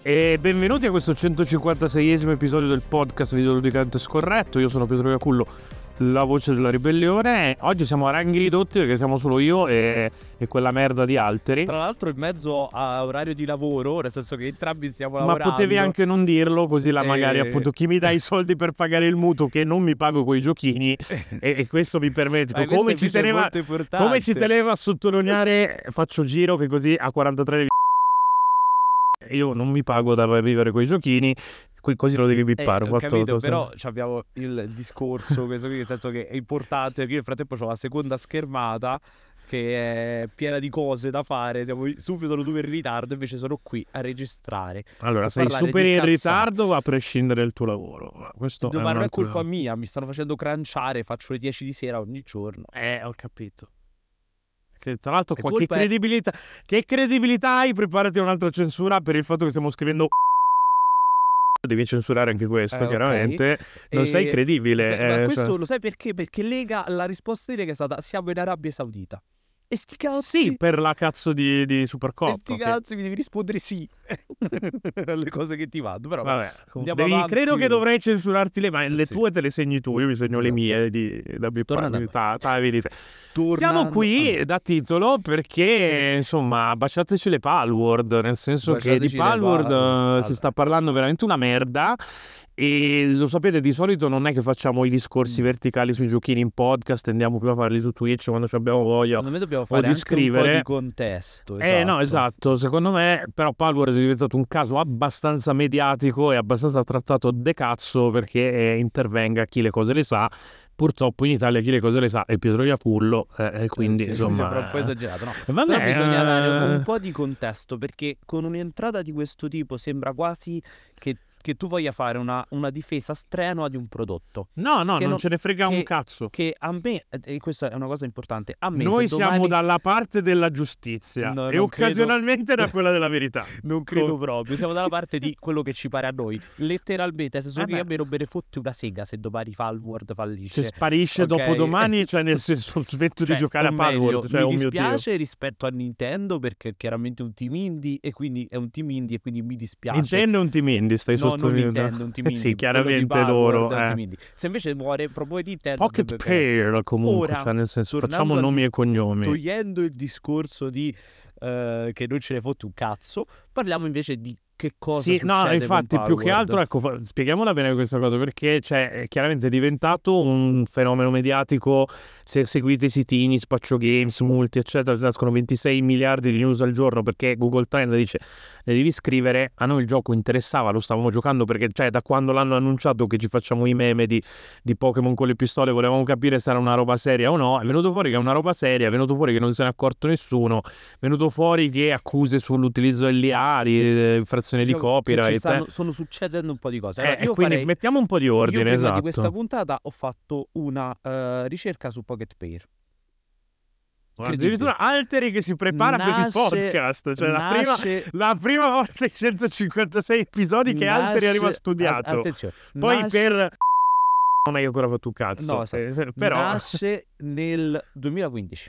E benvenuti a questo 156esimo episodio del podcast Videoludicante Scorretto. Io sono Pietro Iacullo, la voce della ribellione. Oggi siamo a ranghi ridotti perché siamo solo io e quella merda di Alteri. Tra l'altro in mezzo a orario di lavoro, nel senso che entrambi stiamo lavorando. Ma potevi anche non dirlo, così la magari appunto chi mi dà i soldi per pagare il mutuo che non mi pago coi giochini e questo mi permette. Come ci teneva a sottolineare, faccio giro che così a 43 io non mi pago da vivere coi giochini, così lo devi bippare. Ho capito, però abbiamo il discorso, questo qui, nel senso che è importante, perché io nel frattempo ho la seconda schermata che è piena di cose da fare, siamo subito in ritardo, invece sono qui a registrare. Allora, sei super in ritardo a prescindere dal tuo lavoro. Questo ma non è colpa mia, mi stanno facendo crunchare, faccio le 10 di sera ogni giorno. Ho capito. Che tra l'altro che credibilità hai? Preparati a un'altra censura per il fatto che stiamo scrivendo devi censurare anche questo, chiaramente. Okay. Non sei credibile. Ma questo lo sai perché? Perché Lega, la risposta di Lega è stata siamo in Arabia Saudita. E sti cazzi. Sì, per la cazzo di Supercoppa. E sti cazzi mi devi rispondere sì alle cose che ti vanno. Però vabbè, credo che dovrei censurarti ma le tue te le segni tu, io mi segno le mie da bippare. Siamo qui da titolo perché insomma baciateci le Palworld, nel senso che di Palworld si sta parlando veramente una merda. E lo sapete, di solito non è che facciamo i discorsi verticali sui giochini in podcast, tendiamo più a farli su Twitch quando abbiamo voglia. Secondo me dobbiamo fare anche un po' di contesto. No, esatto, secondo me però Palworld è diventato un caso abbastanza mediatico e abbastanza trattato de cazzo perché intervenga chi le cose le sa. Purtroppo in Italia chi le cose le sa è Pietro Iacullo, quindi insomma mi sembra un po' esagerato, no? Però bisogna dare un po' di contesto, perché con un'entrata di questo tipo sembra quasi che tu voglia fare una difesa strenua di un prodotto. No, non ce ne frega un cazzo. Che a me, e questa è una cosa importante, a me noi siamo dalla parte della giustizia e occasionalmente da quella della verità. Non credo proprio, siamo dalla parte di quello che ci pare a noi. Letteralmente, nel senso che a me non me ne fotte una sega se domani Palworld fallisce. Se sparisce dopodomani, cioè nel senso smetto di giocare a Palworld. Mi dispiace rispetto a Nintendo perché chiaramente è un team indie e quindi mi dispiace. Nintendo è un team indie, stai non Nintendo, un team indie. Sì, chiaramente loro. Se invece muore proprio Nintendo, Pocket Pair comunque, cioè nel senso facciamo nomi e cognomi. Togliendo il discorso di che non ce ne fotte un cazzo, parliamo invece di che cosa succede. No, infatti più che altro, ecco, spieghiamola bene questa cosa, perché è chiaramente diventato un fenomeno mediatico. Se seguite i sitini, Spaccio Games, Multi, eccetera, escono 26 miliardi di news al giorno perché Google Trend dice ne devi scrivere. A noi il gioco interessava, lo stavamo giocando perché da quando l'hanno annunciato che ci facciamo i meme di Pokémon con le pistole volevamo capire se era una roba seria o no. È venuto fuori che è una roba seria, è venuto fuori che non se ne è accorto nessuno, è venuto fuori che accuse sull'utilizzo degli AI, infrazioni di copyright. Sono succedendo un po' di cose. Allora, quindi mettiamo un po' di ordine. Io prima di questa puntata ho fatto una ricerca su Pocket Pair. Addirittura Alteri che si prepara per il podcast, cioè la prima volta in 156 episodi che Alteri arriva studiato. Attenzione, poi per non hai ancora fatto un cazzo. No, però nasce nel 2015.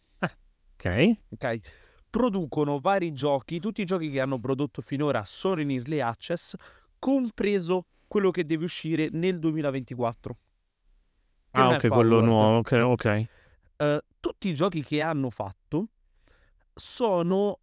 Ok. Producono vari giochi, tutti i giochi che hanno prodotto finora sono in early access, compreso quello che deve uscire nel 2024. Ok, quello nuovo, ok. Tutti i giochi che hanno fatto sono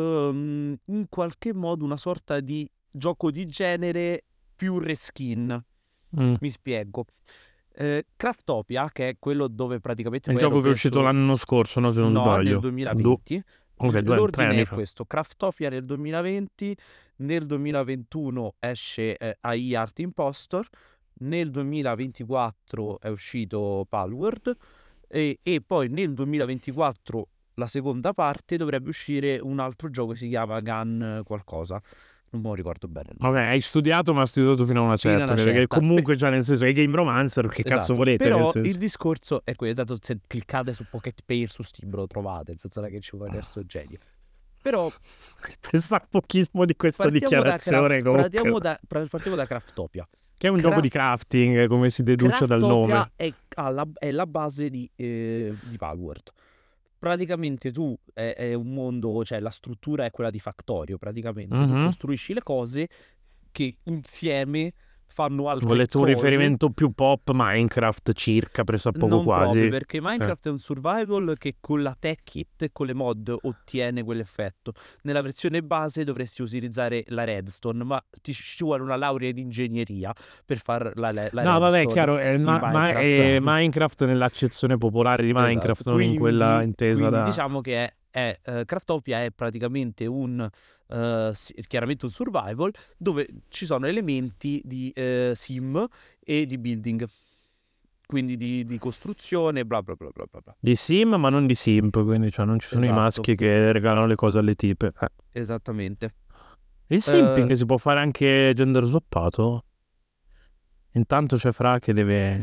in qualche modo una sorta di gioco di genere più reskin. Mi spiego. Craftopia, che è quello dove praticamente il gioco che è uscito l'anno scorso, no, se non sbaglio, nel 2020. L'ordine è questo: Craftopia nel 2020, nel 2021 esce AI Art Impostor, nel 2024 è uscito Palworld e poi nel 2024 la seconda parte dovrebbe uscire un altro gioco che si chiama Gun qualcosa. Non me lo ricordo bene. Ok, hai studiato, ma hai studiato fino a una certa. Perché comunque già nel senso che Game Romancer, che cazzo volete? Però il discorso è quello, dato se cliccate su Pocket Pair su Steam lo trovate, nel senso che ci vuole questo genio. Però pensa pochissimo di questa dichiarazione. Partiamo da Craftopia, che è un gioco di crafting, come si deduce dal nome. È la base di Palworld. praticamente tu è un mondo, cioè la struttura è quella di Factorio, praticamente tu Mhm. costruisci le cose che insieme fanno altre Volete un cose. riferimento più pop Minecraft circa, pressappoco Non quasi? proprio, perché Minecraft è un survival che con la tech kit e con le mod ottiene quell'effetto. Nella versione base dovresti utilizzare la redstone, ma ci vuole una laurea in ingegneria per fare la No, redstone vabbè, chiaro, in Minecraft. Minecraft nell'accezione popolare di Minecraft, Esatto. non in quella intesa Quindi da... diciamo che Craftopia è praticamente chiaramente un survival dove ci sono elementi di sim e di building, quindi di costruzione, bla bla bla bla bla bla. Di sim, ma non di simp, quindi cioè, non ci sono i Esatto. maschi che regalano le cose alle tipe. Esattamente. Il simping si può fare anche gender swappato? Intanto c'è Fra che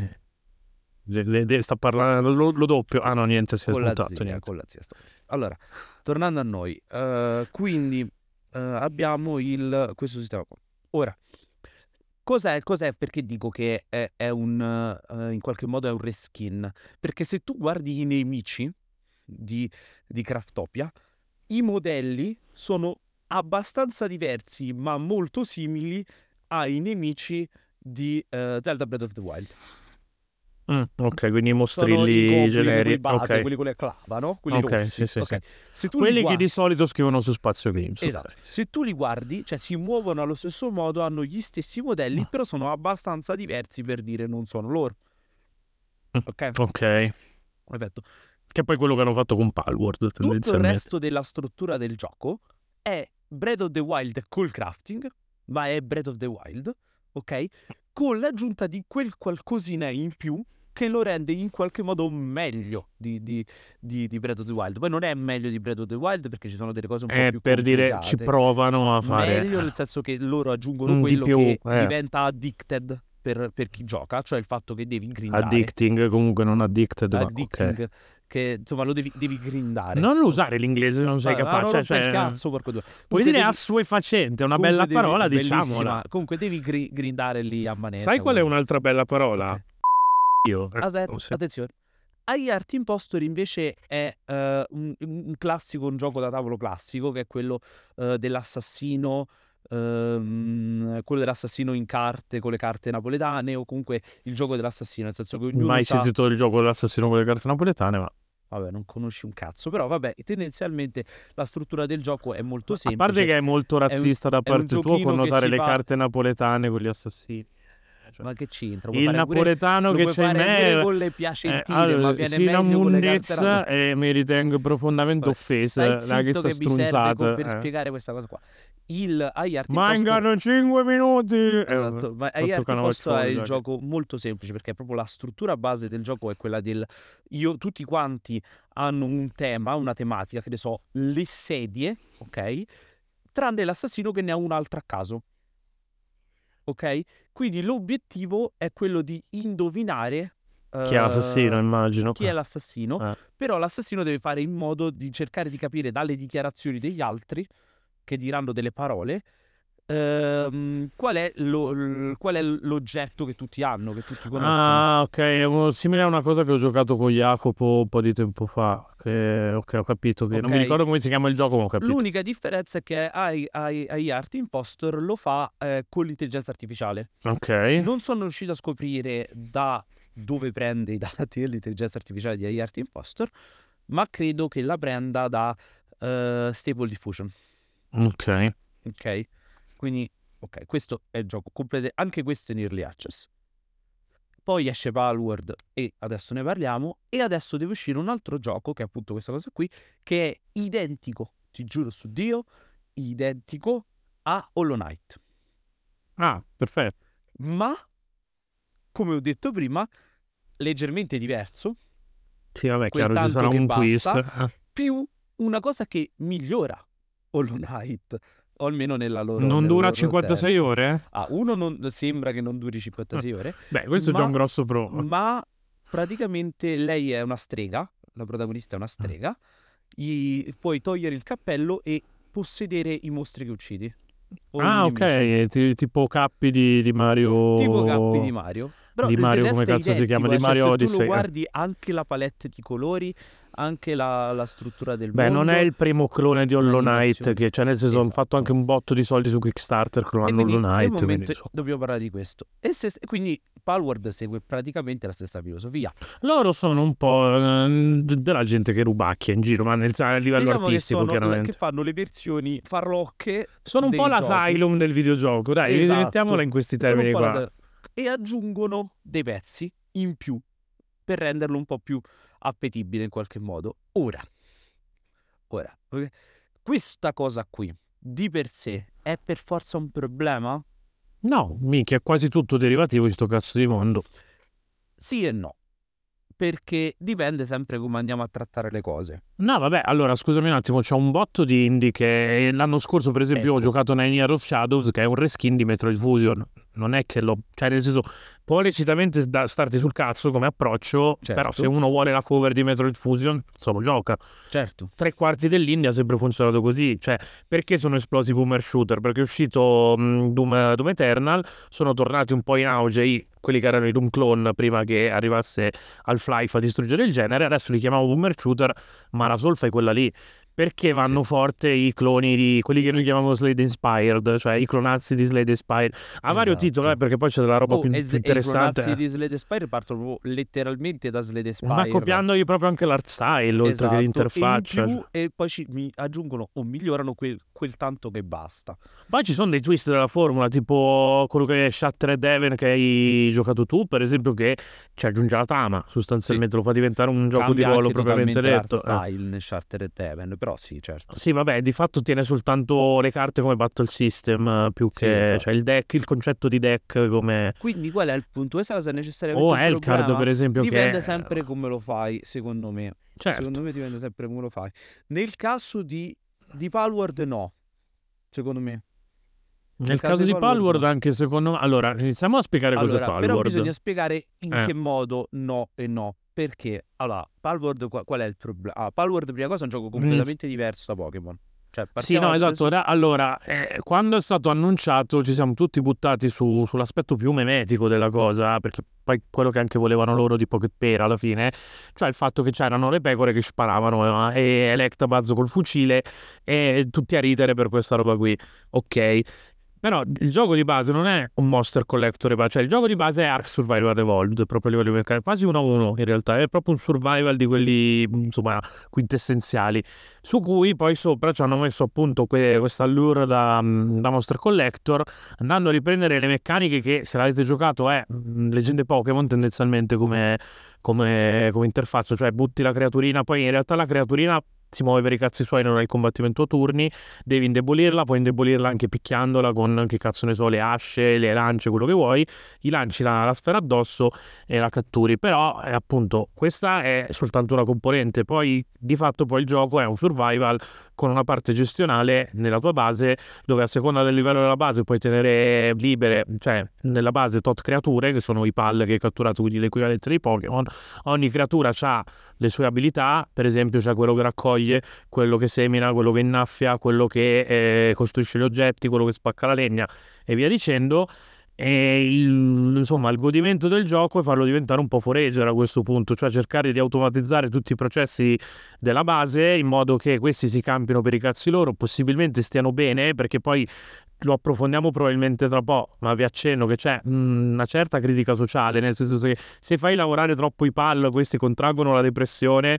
sta parlando lo doppio. Ah no, niente, si è Con la smutato, zia, niente. con la zia sto. Allora, tornando a noi, quindi abbiamo questo sistema qua. Ora, cos'è? Perché dico che è in qualche modo è un reskin? Perché se tu guardi i nemici di Craftopia, i modelli sono abbastanza diversi, ma molto simili ai nemici di Zelda Breath of the Wild. Ok, quindi i Sono i mostrilli goblin, generici. quelli base, Ok. quelli con le clava, no? Quelli Ok, rossi. sì, Ok. sì. Se tu Quelli li che guardi, di solito scrivono su Spazio Games. ok. esatto. Se tu li guardi, cioè si muovono allo stesso modo, hanno gli stessi modelli, però sono abbastanza diversi per dire non sono loro. Ok? Ok. Perfetto. Che è poi quello che hanno fatto con Palworld, Tutto il tendenzialmente. resto della struttura del gioco è Breath of the Wild col crafting, ma è Breath of the Wild, ok? Con l'aggiunta di quel qualcosina in più che lo rende in qualche modo meglio di Breath of the Wild. Poi non è meglio di Breath of the Wild perché ci sono delle cose un po' più Per dire, ci complicate. provano a fare Meglio nel senso che loro aggiungono un di quello più, che diventa addicted per chi gioca, cioè il fatto che devi grindare. addicting, comunque non addicted, ma ok. Addicting, che insomma lo devi grindare. Non lo usare l'inglese se non sei Ma non capace. rompe il Cioè, cazzo, porco due. puoi Comunque dire devi- assuefacente, è una comunque bella parola, bellissima. diciamola. Comunque devi grindare lì a manetta. Sai qual è ovviamente. un'altra bella parola? Ok. Io. Sì. Attenzione. AI Art Impostor invece è un classico, un gioco da tavolo classico, che è quello dell'assassino, quello dell'assassino in carte, con le carte napoletane, o comunque il gioco dell'assassino, nel senso che ognuno Mai c'ha... sentito il gioco dell'assassino con le carte napoletane, ma Vabbè, non conosci un cazzo, però vabbè, tendenzialmente la struttura del gioco è molto a semplice. parte che è molto razzista da è un parte tua giochino che connotare si le fa- carte napoletane con gli assassini. Cioè, Ma che c'entra? Puoi il fare pure- napoletano lo che puoi c'è in fare pure me con le piacentine, allora, ma viene sino a meglio con le carte monnezza e mi ritengo profondamente Vabbè, offesa stai da zitto questa che mi serve strunzata. per spiegare questa cosa qua. Il AI Art Impostor, Mancano 5 minuti. esatto, ma AI Quanto Art Impostor è il canavacciolo, gioco molto semplice perché proprio la struttura base del gioco è quella del tutti quanti hanno un tema, una tematica, che ne so, le sedie, ok? Tranne l'assassino che ne ha un'altra a caso. Ok? Quindi l'obiettivo è quello di indovinare Chi è l'assassino, immagino. chi è l'assassino, però l'assassino deve fare in modo di cercare di capire dalle dichiarazioni degli altri, che diranno delle parole, qual è l'oggetto che tutti hanno, che tutti conoscono. Ah, ok, è simile a una cosa che ho giocato con Jacopo un po' di tempo fa. Ok, ho capito. Che non mi Ok? ricordo come si chiama il gioco, ma ho capito. L'unica differenza è che AI Art Impostor lo fa con l'intelligenza artificiale. Ok. Non sono riuscito a scoprire da dove prende i dati dell'intelligenza artificiale di AI Art Impostor, ma credo che la prenda da Stable Diffusion. Ok. Ok? Quindi, ok, questo è il gioco completo, anche questo è in Early Access. Poi esce Palworld e adesso ne parliamo, e adesso deve uscire un altro gioco, che è appunto questa cosa qui, che è identico, ti giuro su Dio, identico a Hollow Knight. Ah, perfetto. Ma, come ho detto prima, leggermente diverso, Sì, vabbè, quel chiaro, ci tanto sarà che un basta, twist. più una cosa che migliora Hollow Knight, o almeno nella loro Non dura loro 56 testa. ore? Uno non sembra che non duri 56 ore, Beh, questo è già un grosso pro. ma praticamente lei è una strega, la protagonista è una strega, puoi togliere il cappello e possedere i mostri che uccidi. O i Ah, nemici. ok, tipo cappi di Mario. Tipo cappi di Mario. Però Di il Mario, resto come è cazzo si chiama? identico, Di cioè, Mario se tu Odyssey. lo guardi, anche la palette di colori anche la struttura del Beh, mondo. non è il primo clone di Hollow Knight, che cioè nel senso hanno fatto anche un botto di soldi su Kickstarter clonando Hollow Knight. Nel momento Quindi, dobbiamo parlare di questo. Quindi Palworld segue praticamente la stessa filosofia. loro sono un po' della gente che rubacchia in giro, ma a livello artistico, chiaramente. Che fanno le versioni farlocche. Sono un po' l'Asylum del videogioco, dai, Esatto. mettiamola in questi termini qua. E aggiungono dei pezzi in più per renderlo un po' più appetibile in qualche modo. Ora, questa cosa qui di per sé è per forza un problema? No, minchia, è quasi tutto derivativo di sto cazzo di mondo. Sì e no, perché dipende sempre come andiamo a trattare le cose. No, vabbè, allora scusami un attimo, c'è un botto di indie che l'anno scorso, per esempio, ho giocato Nine Years of Shadows, che è un reskin di Metroid Fusion. Non è che cioè, nel senso, può lecitamente starti sul cazzo come approccio, però se uno vuole la cover di Metroid Fusion, solo gioca. Certo. 3/4 dell'indie ha sempre funzionato così. Cioè, perché sono esplosi boomer shooter? Perché è uscito Doom Eternal, sono tornati un po' in auge quelli che erano i Doom clone prima che arrivasse Half-Life a distruggere il genere. Adesso li chiamiamo boomer shooter, ma la solfa è quella lì. Perché vanno forte i cloni di quelli che noi chiamiamo Slade Inspired, cioè i clonazzi di Slade Inspired. Ha vario titolo, perché poi c'è della roba più interessante. I clonazzi di Slade Inspired partono letteralmente da Slade Inspired, ma copiandogli proprio anche l'art style, oltre che l'interfaccia. E poi mi aggiungono o migliorano quel tanto che basta. Poi ci sono dei twist della formula, tipo quello che è Shattered Heaven che hai giocato tu, per esempio, che ci aggiunge la trama, sostanzialmente lo fa diventare un gioco di ruolo propriamente detto. Style nel Shattered Heaven, però sì, certo. Sì, vabbè, di fatto tiene soltanto le carte come battle system, più che cioè il deck, il concetto di deck come. Quindi qual è il punto? Questa cosa è necessariamente un Elcard, per esempio, dipende sempre come lo fai, secondo me. Certo. Secondo me dipende sempre come lo fai. Nel caso di Palworld no, secondo me. Nel caso di Palworld no. Anche secondo me. Allora, iniziamo a spiegare cos'è Palworld. Però bisogna spiegare in che modo no e no. Perché? Allora, Palworld qual è il problema? Palworld, prima cosa, è un gioco completamente diverso da Pokémon. Cioè, sì, no, esatto. Allora, quando è stato annunciato ci siamo tutti buttati sull'aspetto più memetico della cosa, perché poi quello che anche volevano loro di Pocket Pair alla fine, cioè il fatto che c'erano le pecore che sparavano e Electabuzz col fucile e tutti a ridere per questa roba qui. Ok. Però il gioco di base non è un Monster Collector, cioè il gioco di base è Ark Survival Evolved, proprio a livello meccanico, quasi 1-1 in realtà, è proprio un survival di quelli, insomma, quintessenziali, su cui poi sopra ci hanno messo appunto questa allure da Monster Collector, andando a riprendere le meccaniche che, se l'avete giocato, è Leggende Pokémon tendenzialmente come interfaccia, cioè butti la creaturina, poi in realtà la creaturina si muove per i cazzi suoi, non è il combattimento a turni, devi indebolirla, puoi indebolirla anche picchiandola con, che cazzo ne so, le asce, le lance, quello che vuoi, gli lanci la sfera addosso e la catturi, però appunto questa è soltanto una componente, poi di fatto poi il gioco è un survival con una parte gestionale nella tua base, dove a seconda del livello della base puoi tenere libere, cioè nella base tot creature, che sono i pal che hai catturato, quindi l'equivalente dei Pokémon. Ogni creatura ha le sue abilità, per esempio c'è quello che raccoglie, quello che semina, quello che innaffia, quello che costruisce gli oggetti, quello che spacca la legna e via dicendo. E insomma il godimento del gioco è farlo diventare un po' forager a questo punto, cioè cercare di automatizzare tutti i processi della base in modo che questi si campino per i cazzi loro, possibilmente stiano bene, perché poi lo approfondiamo probabilmente tra po', ma vi accenno che c'è una certa critica sociale, nel senso che se fai lavorare troppo i pal, questi contraggono la depressione,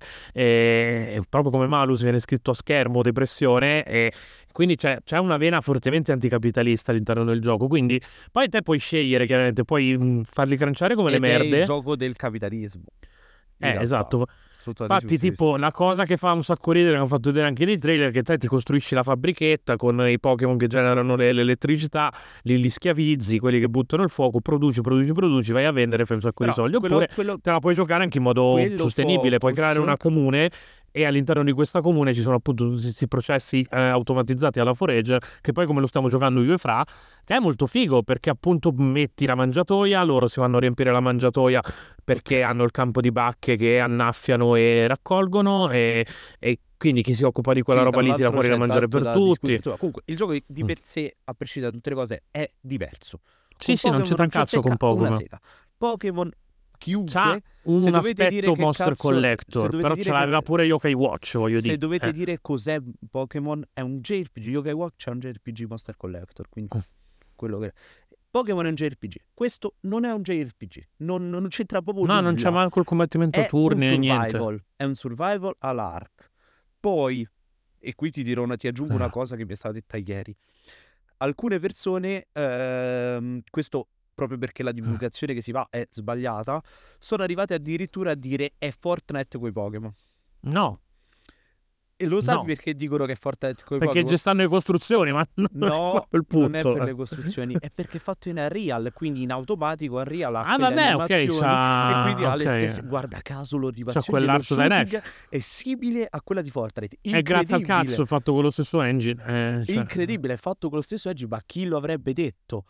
e proprio come malus viene scritto a schermo depressione, e quindi c'è una vena fortemente anticapitalista all'interno del gioco, quindi poi te puoi scegliere, chiaramente, puoi farli cranciare come le merde. È il gioco del capitalismo. Esatto. Infatti, tipo, la cosa che fa un sacco ridere, che hanno fatto vedere anche nei trailer, che te ti costruisci la fabbrichetta con i Pokémon che generano l'elettricità, li schiavizzi, quelli che buttano il fuoco, produci, vai a vendere, fai un sacco di soldi. Oppure te la puoi giocare anche in modo sostenibile, puoi creare una comune e all'interno di questa comune ci sono appunto tutti questi processi automatizzati alla Forager, che poi, come lo stiamo giocando io e Fra, che è molto figo, perché appunto metti la mangiatoia, loro si vanno a riempire la mangiatoia perché hanno il campo di bacche che annaffiano e raccolgono, e quindi chi si occupa di quella roba lì tira fuori da mangiare per tutti. Comunque il gioco di per sé, a prescindere da tutte le cose, è diverso. Sì, non c'entra un cazzo con Pokémon. Pokémon chiunque. C'ha un se dovete dire aspetto che Monster cazzo, Collector, però ce l'aveva pure Yokai Watch, voglio dire. Se dovete dire cos'è Pokémon, è un JRPG. Yokai Watch è un JRPG Monster Collector, quindi quello che... Pokémon è un JRPG. Questo non è un JRPG. Non c'entra proprio nulla. No, non c'è manco il combattimento a turni né niente. È un survival all'arc. Poi, e qui ti aggiungo una cosa che mi è stata detta ieri. Alcune persone, questo proprio perché la divulgazione che si fa è sbagliata, sono arrivate addirittura a dire è Fortnite coi Pokémon. No. E lo sai perché dicono che è Fortnite coi Perché Pokémon? ci stanno le costruzioni, ma no, il punto. non è per le costruzioni, è perché è fatto in Unreal, quindi in automatico Unreal ha quelle vabbè, animazioni e quindi ha le ok. stesse. Guarda caso l'animazione dello quell'art shooting è simile a quella di Fortnite. È grazie al cazzo, è fatto con lo stesso engine. Incredibile, è fatto con lo stesso engine, ma chi lo avrebbe detto?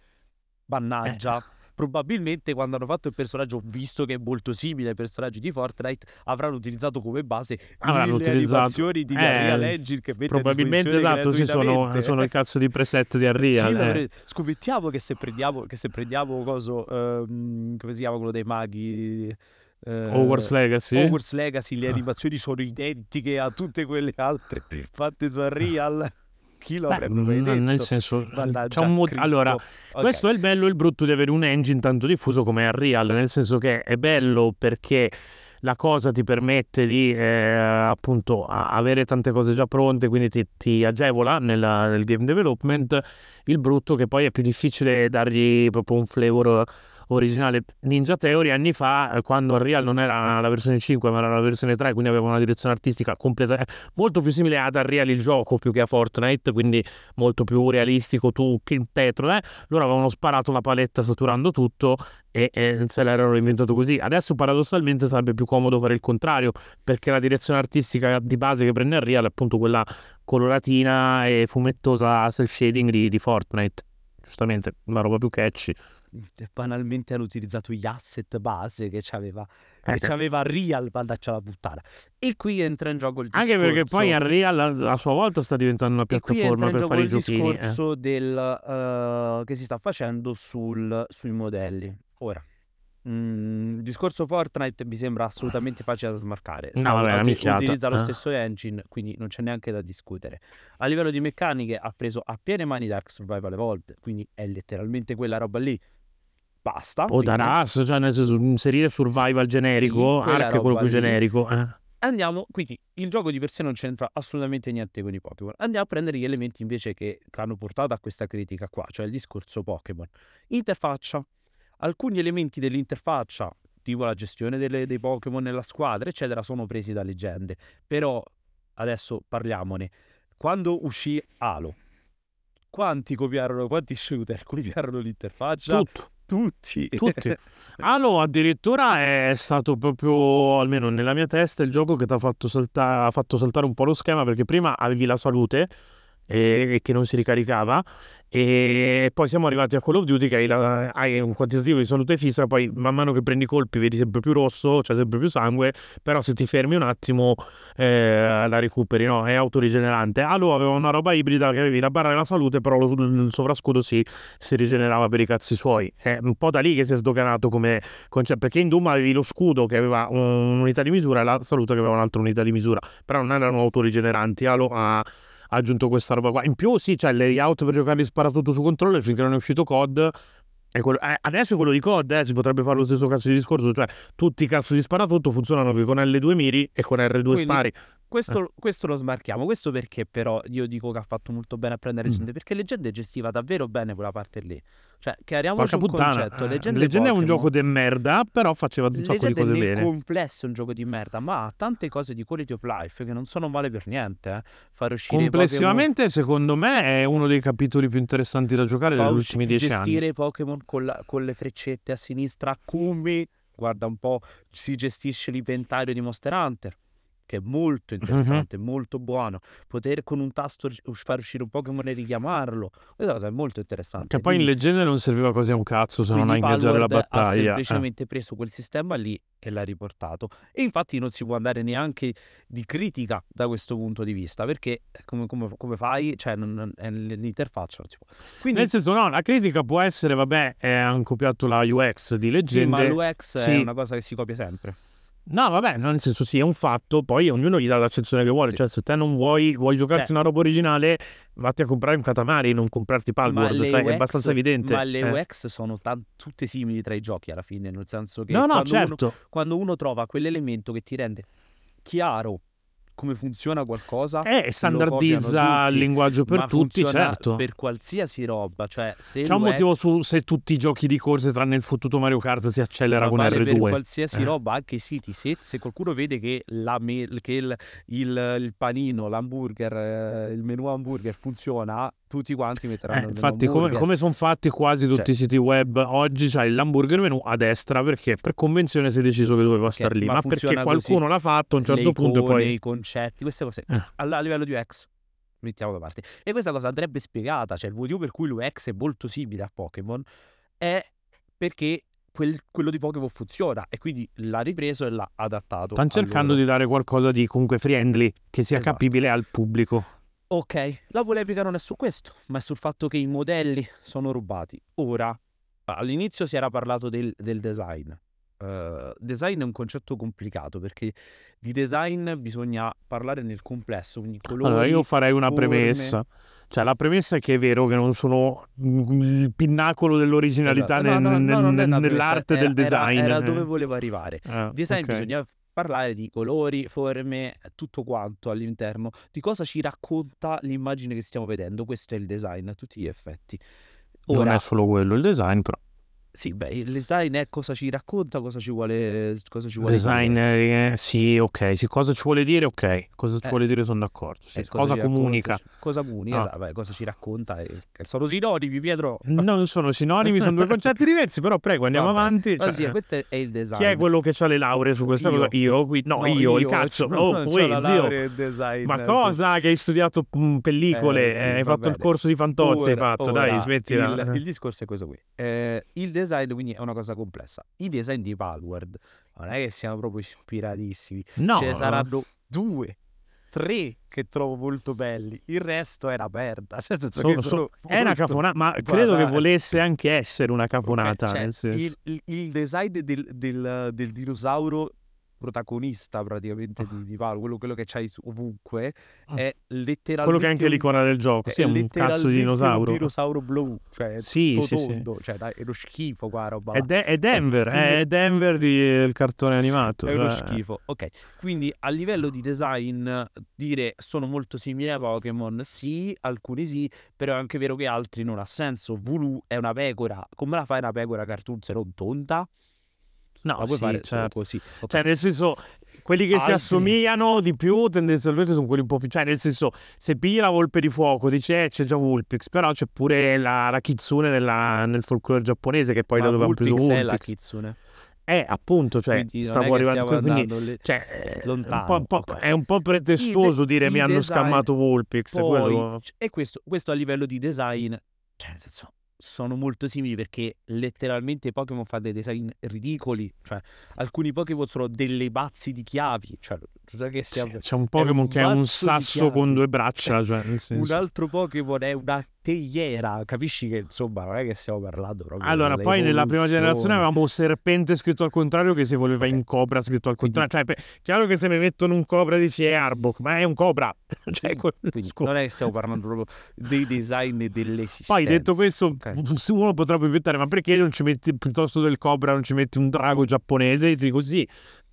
Mannaggia. Probabilmente quando hanno fatto il personaggio, visto che è molto simile ai personaggi di Fortnite, avranno utilizzato come base le animazioni di Unreal Engine che mette probabilmente esatto, sì, sono il cazzo di preset di Unreal. Scommettiamo che se prendiamo coso, come si chiama quello dei maghi, Hogwarts Legacy, le animazioni sono identiche a tutte quelle altre fatte su Unreal. Chi lo avrebbe mai detto? Nel senso, c'è allora, questo è il bello e il brutto di avere un engine tanto diffuso come Unreal, nel senso che è bello perché la cosa ti permette di appunto avere tante cose già pronte, quindi ti agevola nel game development. Il brutto che poi è più difficile dargli proprio un flavor originale. Ninja Theory anni fa, quando Unreal non era la versione 5 ma era la versione 3, quindi aveva una direzione artistica molto più simile ad Unreal il gioco più che a Fortnite, quindi molto più realistico, tetro, loro avevano sparato la paletta saturando tutto e se l'erano inventato così. Adesso paradossalmente sarebbe più comodo fare il contrario, perché la direzione artistica di base che prende Unreal è appunto quella coloratina e fumettosa self shading di Fortnite, giustamente una roba più catchy. Banalmente hanno utilizzato gli asset base che c'aveva Unreal, mandaccia la puttana. E qui entra in gioco il discorso, anche perché poi Unreal a sua volta sta diventando una piattaforma per fare i giochini. Il discorso che si sta facendo sui modelli. Ora, il discorso Fortnite mi sembra assolutamente facile da smarcare. Utilizza lo stesso engine, quindi non c'è neanche da discutere. A livello di meccaniche ha preso a piene mani Dark Survival Evolved, quindi è letteralmente quella roba lì. Basta. O da RAS, cioè nel senso inserire survival generico, Ark è quello più generico. Andiamo, quindi il gioco di per sé non c'entra assolutamente niente con i Pokémon. Andiamo a prendere gli elementi invece che hanno portato a questa critica qua, cioè il discorso Pokémon. Interfaccia. Alcuni elementi dell'interfaccia, tipo la gestione dei Pokémon nella squadra, eccetera, sono presi da leggende. Però, adesso parliamone. Quando uscì Halo, quanti shooter copiarono l'interfaccia? Tutti. Halo addirittura è stato proprio, almeno nella mia testa, il gioco che ti ha fatto saltare un po' lo schema, perché prima avevi la salute e che non si ricaricava, e poi siamo arrivati a Call of Duty che hai un quantitativo di salute fissa, poi man mano che prendi colpi vedi sempre più rosso, cioè sempre più sangue, però se ti fermi un attimo la recuperi, no? È autorigenerante. Halo aveva una roba ibrida che avevi la barra della salute, però il sovrascudo si rigenerava per i cazzi suoi. È un po' da lì che si è sdoganato come concetto, perché in Doom avevi lo scudo che aveva un'unità di misura e la salute che aveva un'altra unità di misura, però non erano autorigeneranti. Halo ha aggiunto questa roba qua. In più sì, c'è il layout per giocare di sparatutto su controller finché non è uscito COD. Adesso è quello di COD, si potrebbe fare lo stesso cazzo di discorso, cioè tutti i cazzo di sparatutto funzionano con L2 miri e con R2 quindi, spari. Questo lo smarchiamo. Questo perché però io dico che ha fatto molto bene a prendere Leggende, perché Leggende gestiva davvero bene quella parte lì. Cioè, chiariamoci un concetto. Leggende è un gioco di merda, però faceva un sacco di cose bene. Nel complesso è un gioco di merda, ma ha tante cose di quality of life che non sono male per niente. Far uscire complessivamente, secondo me, è uno dei capitoli più interessanti da giocare negli ultimi 10 anni. Gestire Pokémon con le freccette a sinistra, come guarda un po', si gestisce l'inventario di Monster Hunter. che è molto interessante, molto buono. Poter con un tasto far uscire un Pokémon e richiamarlo, questa cosa è molto interessante. Che poi in leggenda non serviva quasi a un cazzo se non a ingaggiare la Palworld ha battaglia. semplicemente preso quel sistema lì e l'ha riportato, e infatti non si può andare neanche di critica da questo punto di vista, perché come fai, cioè è l'interfaccia, non si può. Quindi, Nel senso, no, la critica può essere, vabbè, hanno copiato la UX di sì, leggende. ma l'UX Sì. è una cosa che si copia sempre. No, vabbè, nel senso sì, è un fatto, poi ognuno gli dà l'accezione che vuole, Sì. cioè se te non vuoi giocarti Cioè, una roba originale, vatti a comprare un Katamari, non comprarti ma Palworld, le cioè è UX, abbastanza evidente. ma le UX sono tutte simili tra i giochi alla fine, nel senso che No, quando certo. uno trova quell'elemento che ti rende chiaro come funziona qualcosa, lo copiano Standardizza il tutti, linguaggio per ma tutti, funziona certo. per qualsiasi roba, cioè se C'è un l'UX motivo se tutti i giochi di corse tranne il fottuto Mario Kart si accelera ma con vale per R2. qualsiasi roba, anche i siti. Se qualcuno vede che, il panino, l'hamburger, il menù hamburger funziona, tutti quanti metteranno il menù Infatti, hamburger. come sono fatti quasi tutti i siti web oggi, c'hai l'hamburger menu a destra perché per convenzione si è deciso che doveva star lì, ma perché funziona qualcuno così. l'ha fatto a un certo Le punto e icone, poi i concetti, queste cose a livello di UX mettiamo da parte. E questa cosa andrebbe spiegata, cioè il motivo per cui l'UX è molto simile a Pokémon è perché quello di Pokémon funziona, e quindi l'ha ripreso e l'ha adattato. stanno cercando di dare qualcosa di comunque friendly, che sia Esatto. capibile al pubblico. Ok, la polemica non è su questo, ma è sul fatto che i modelli sono rubati. Ora, all'inizio si era parlato del design. Design è un concetto complicato, perché di design bisogna parlare nel complesso, quindi colori, Allora, io farei una forme. premessa. Cioè, la premessa è che è vero che non sono il pinnacolo dell'originalità Esatto. No, non è una nell'arte premessa, del design. era dove volevo arrivare. Design ok. bisogna parlare di colori, forme, tutto quanto all'interno, di cosa ci racconta l'immagine che stiamo vedendo. Questo è il design a tutti gli effetti. Non Ora, è solo quello il design, però. sì, beh, il design è cosa ci racconta, cosa ci vuole Design, dire. sì, ok. Sì, cosa ci vuole dire, ok. Cosa ci vuole dire, sono d'accordo. Sì, cosa ci comunica. racconta, cosa comunica, esatto, beh, cosa ci racconta. Sono sinonimi, Pietro. Non sono sinonimi, sono due concetti diversi, però prego, andiamo avanti. Ma sì, questo è il design. Chi è quello che ha le lauree su questa cosa? Io? No, io, il cazzo. C'ho la zio. laurea in design. Ma cosa? Che hai studiato pellicole, Sì, hai va fatto il bene. corso di Fantozzi, hai fatto, Ora, dai, smettila. il discorso è questo qui. Il design quindi è una cosa complessa. I design di Palworld non è che siamo proprio ispiratissimi. No. Ce ne saranno 2, 3 che trovo molto belli. Il resto è una merda. Cioè, è una cafonata, ma credo che volesse anche essere una cafonata. Okay, nel senso. il design del dinosauro protagonista praticamente di Palworld, quello che c'hai ovunque, è letteralmente quello che è anche l'icona del gioco, sì, è un cazzo di dinosauro. un dinosauro blu, cioè sì. cioè dai, è uno schifo qua roba. È Denver, è Denver del cartone animato. È uno schifo. Ok, quindi a livello di design dire sono molto simili ai Pokémon, sì, alcuni sì, però è anche vero che altri non ha senso. Vulu è una pecora, come la fai una pecora cartoon se non tonta? No, la puoi fare certo. così. Okay. Cioè, nel senso, quelli che si assomigliano di più tendenzialmente sono quelli un po' più. Cioè, nel senso, se pigli la volpe di fuoco, dici c'è già Vulpix, però c'è pure la kitsune nel folklore giapponese, che poi da dove hanno preso Vulpix. È la kitsune. Appunto, cioè, quindi stavo arrivando qui, quindi lontano. È un po' pretestuoso dire mi hanno scammato Vulpix. Poi, e questo a livello di design, cioè, nel senso, sono molto simili, perché letteralmente Pokémon fa dei design ridicoli, cioè alcuni Pokémon sono delle bazzi di chiavi, cioè che c'è un Pokémon che è un sasso con 2 braccia, cioè, nel senso. Un altro Pokémon è una teiera, capisci che insomma non è che stiamo parlando proprio. Allora, poi nella prima generazione avevamo serpente scritto al contrario che si voleva in cobra scritto al contrario. Cioè, chiaro che se mi mettono un cobra dici è Arbok, ma è un cobra. Cioè, quindi non è che stiamo parlando proprio dei design e dell'esistenza. Poi detto questo, uno potrebbe inventare, ma perché non ci metti piuttosto del cobra, non ci metti un drago giapponese e così?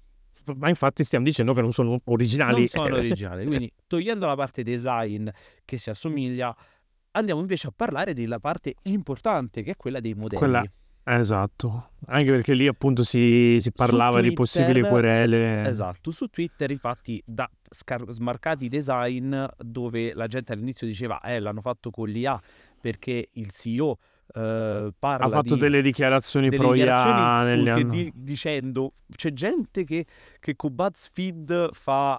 Ma infatti stiamo dicendo che non sono originali. Non sono originali, quindi togliendo la parte design che si assomiglia, andiamo invece a parlare della parte importante, che è quella dei modelli. Esatto, anche perché lì appunto si parlava di possibili querele. Esatto, su Twitter infatti da smarcati design, dove la gente all'inizio diceva l'hanno fatto con l'IA perché il CEO parla Ha fatto di delle dichiarazioni delle pro IA dichiarazioni negli che anni. dicendo c'è gente che con BuzzFeed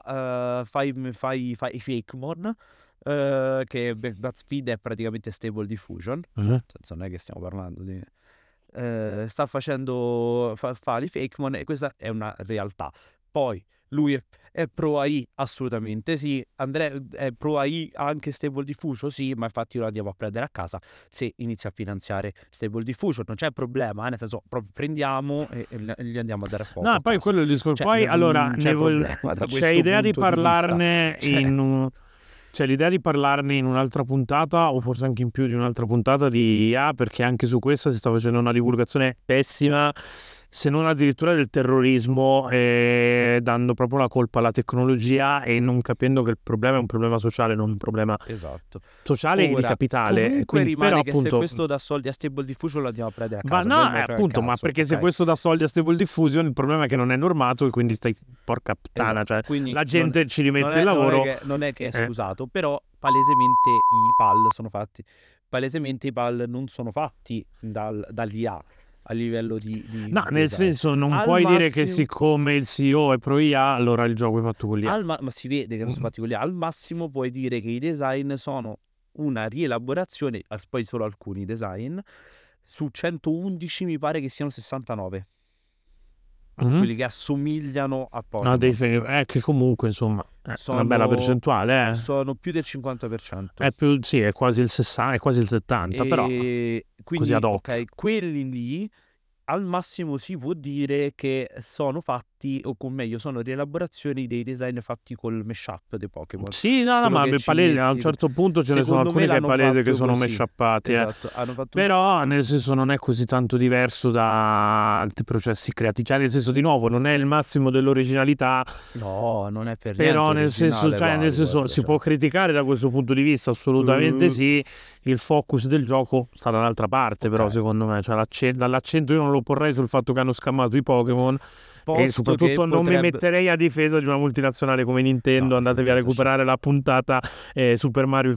fa i fakemon, che BuzzFeed è praticamente Stable Diffusion, nel senso non è che stiamo parlando di sta facendo fa i fakemon e questa è una realtà. Poi lui è pro AI, assolutamente sì. Andrea è pro AI anche Stable Diffusion, sì, ma infatti lo andiamo a prendere a casa se inizia a finanziare Stable Diffusion, non c'è problema, nel senso proprio prendiamo e gli andiamo a dare a fuoco No, a poi casa. quello è il discorso. Cioè, Poi allora non c'è problema da c'è questo idea di punto di vista. parlarne Cioè, c'è l'idea di parlarne in un'altra puntata, o forse anche in più di un'altra puntata di IA, perché anche su questa si sta facendo una divulgazione pessima, se non addirittura del terrorismo, dando proprio la colpa alla tecnologia e non capendo che il problema è un problema sociale, non un problema esatto. sociale e di Ora, capitale. comunque Quindi, però, rimane che se appunto. questo dà soldi a Stable Diffusion lo andiamo a prendere a Ma casa, a me no, me ne frega il appunto, ma cazzo, perché se ok? questo dà soldi a Stable Diffusion, il problema è che non è normato e quindi stai porca puttana, Esatto, cioè quindi la gente ci rimette il lavoro. non è che è eh. scusato, però palesemente i PAL non sono fatti dall'IA a livello No, di nel design. senso, non Al puoi dire che massimo, siccome il CEO è pro IA, allora il gioco è fatto con l'IA. ma si vede che non sono fatti con l'IA, al massimo puoi dire che i design sono una rielaborazione, poi solo alcuni design, su 111 mi pare che siano 69, Mhm. quelli che assomigliano a No, Pokémon. che comunque, insomma, è una bella Sono, percentuale, eh. sono più del 50%. È più, sì, è quasi il 60, è quasi il 70, però E così quindi, ad ok, occhio. quelli lì al massimo si può dire che sono fatti, o con meglio, sono rielaborazioni dei design fatti col mashup dei Pokémon. Sì, no, no, Quello ma che è ci palese, a un metti. certo punto ce ne sono Secondo me alcuni che è l'hanno palese che fatto sono così. mashuppati, Esatto, hanno fatto. Però nel senso non è così tanto diverso da altri processi creativi, cioè nel senso di nuovo non è il massimo dell'originalità, No, non è per niente però nel senso, originale, cioè, nel vai, senso guarda, si cioè. può criticare da questo punto di vista, assolutamente sì, il focus del gioco sta dall'altra parte, Ok, però secondo me, cioè, l'accento io non lo porrei sul fatto che hanno scammato i Pokémon. E posto che soprattutto non mi potrebbe. metterei a difesa di una multinazionale come No, Nintendo. Andatevi a Nintendo, cioè. recuperare la puntata Super Mario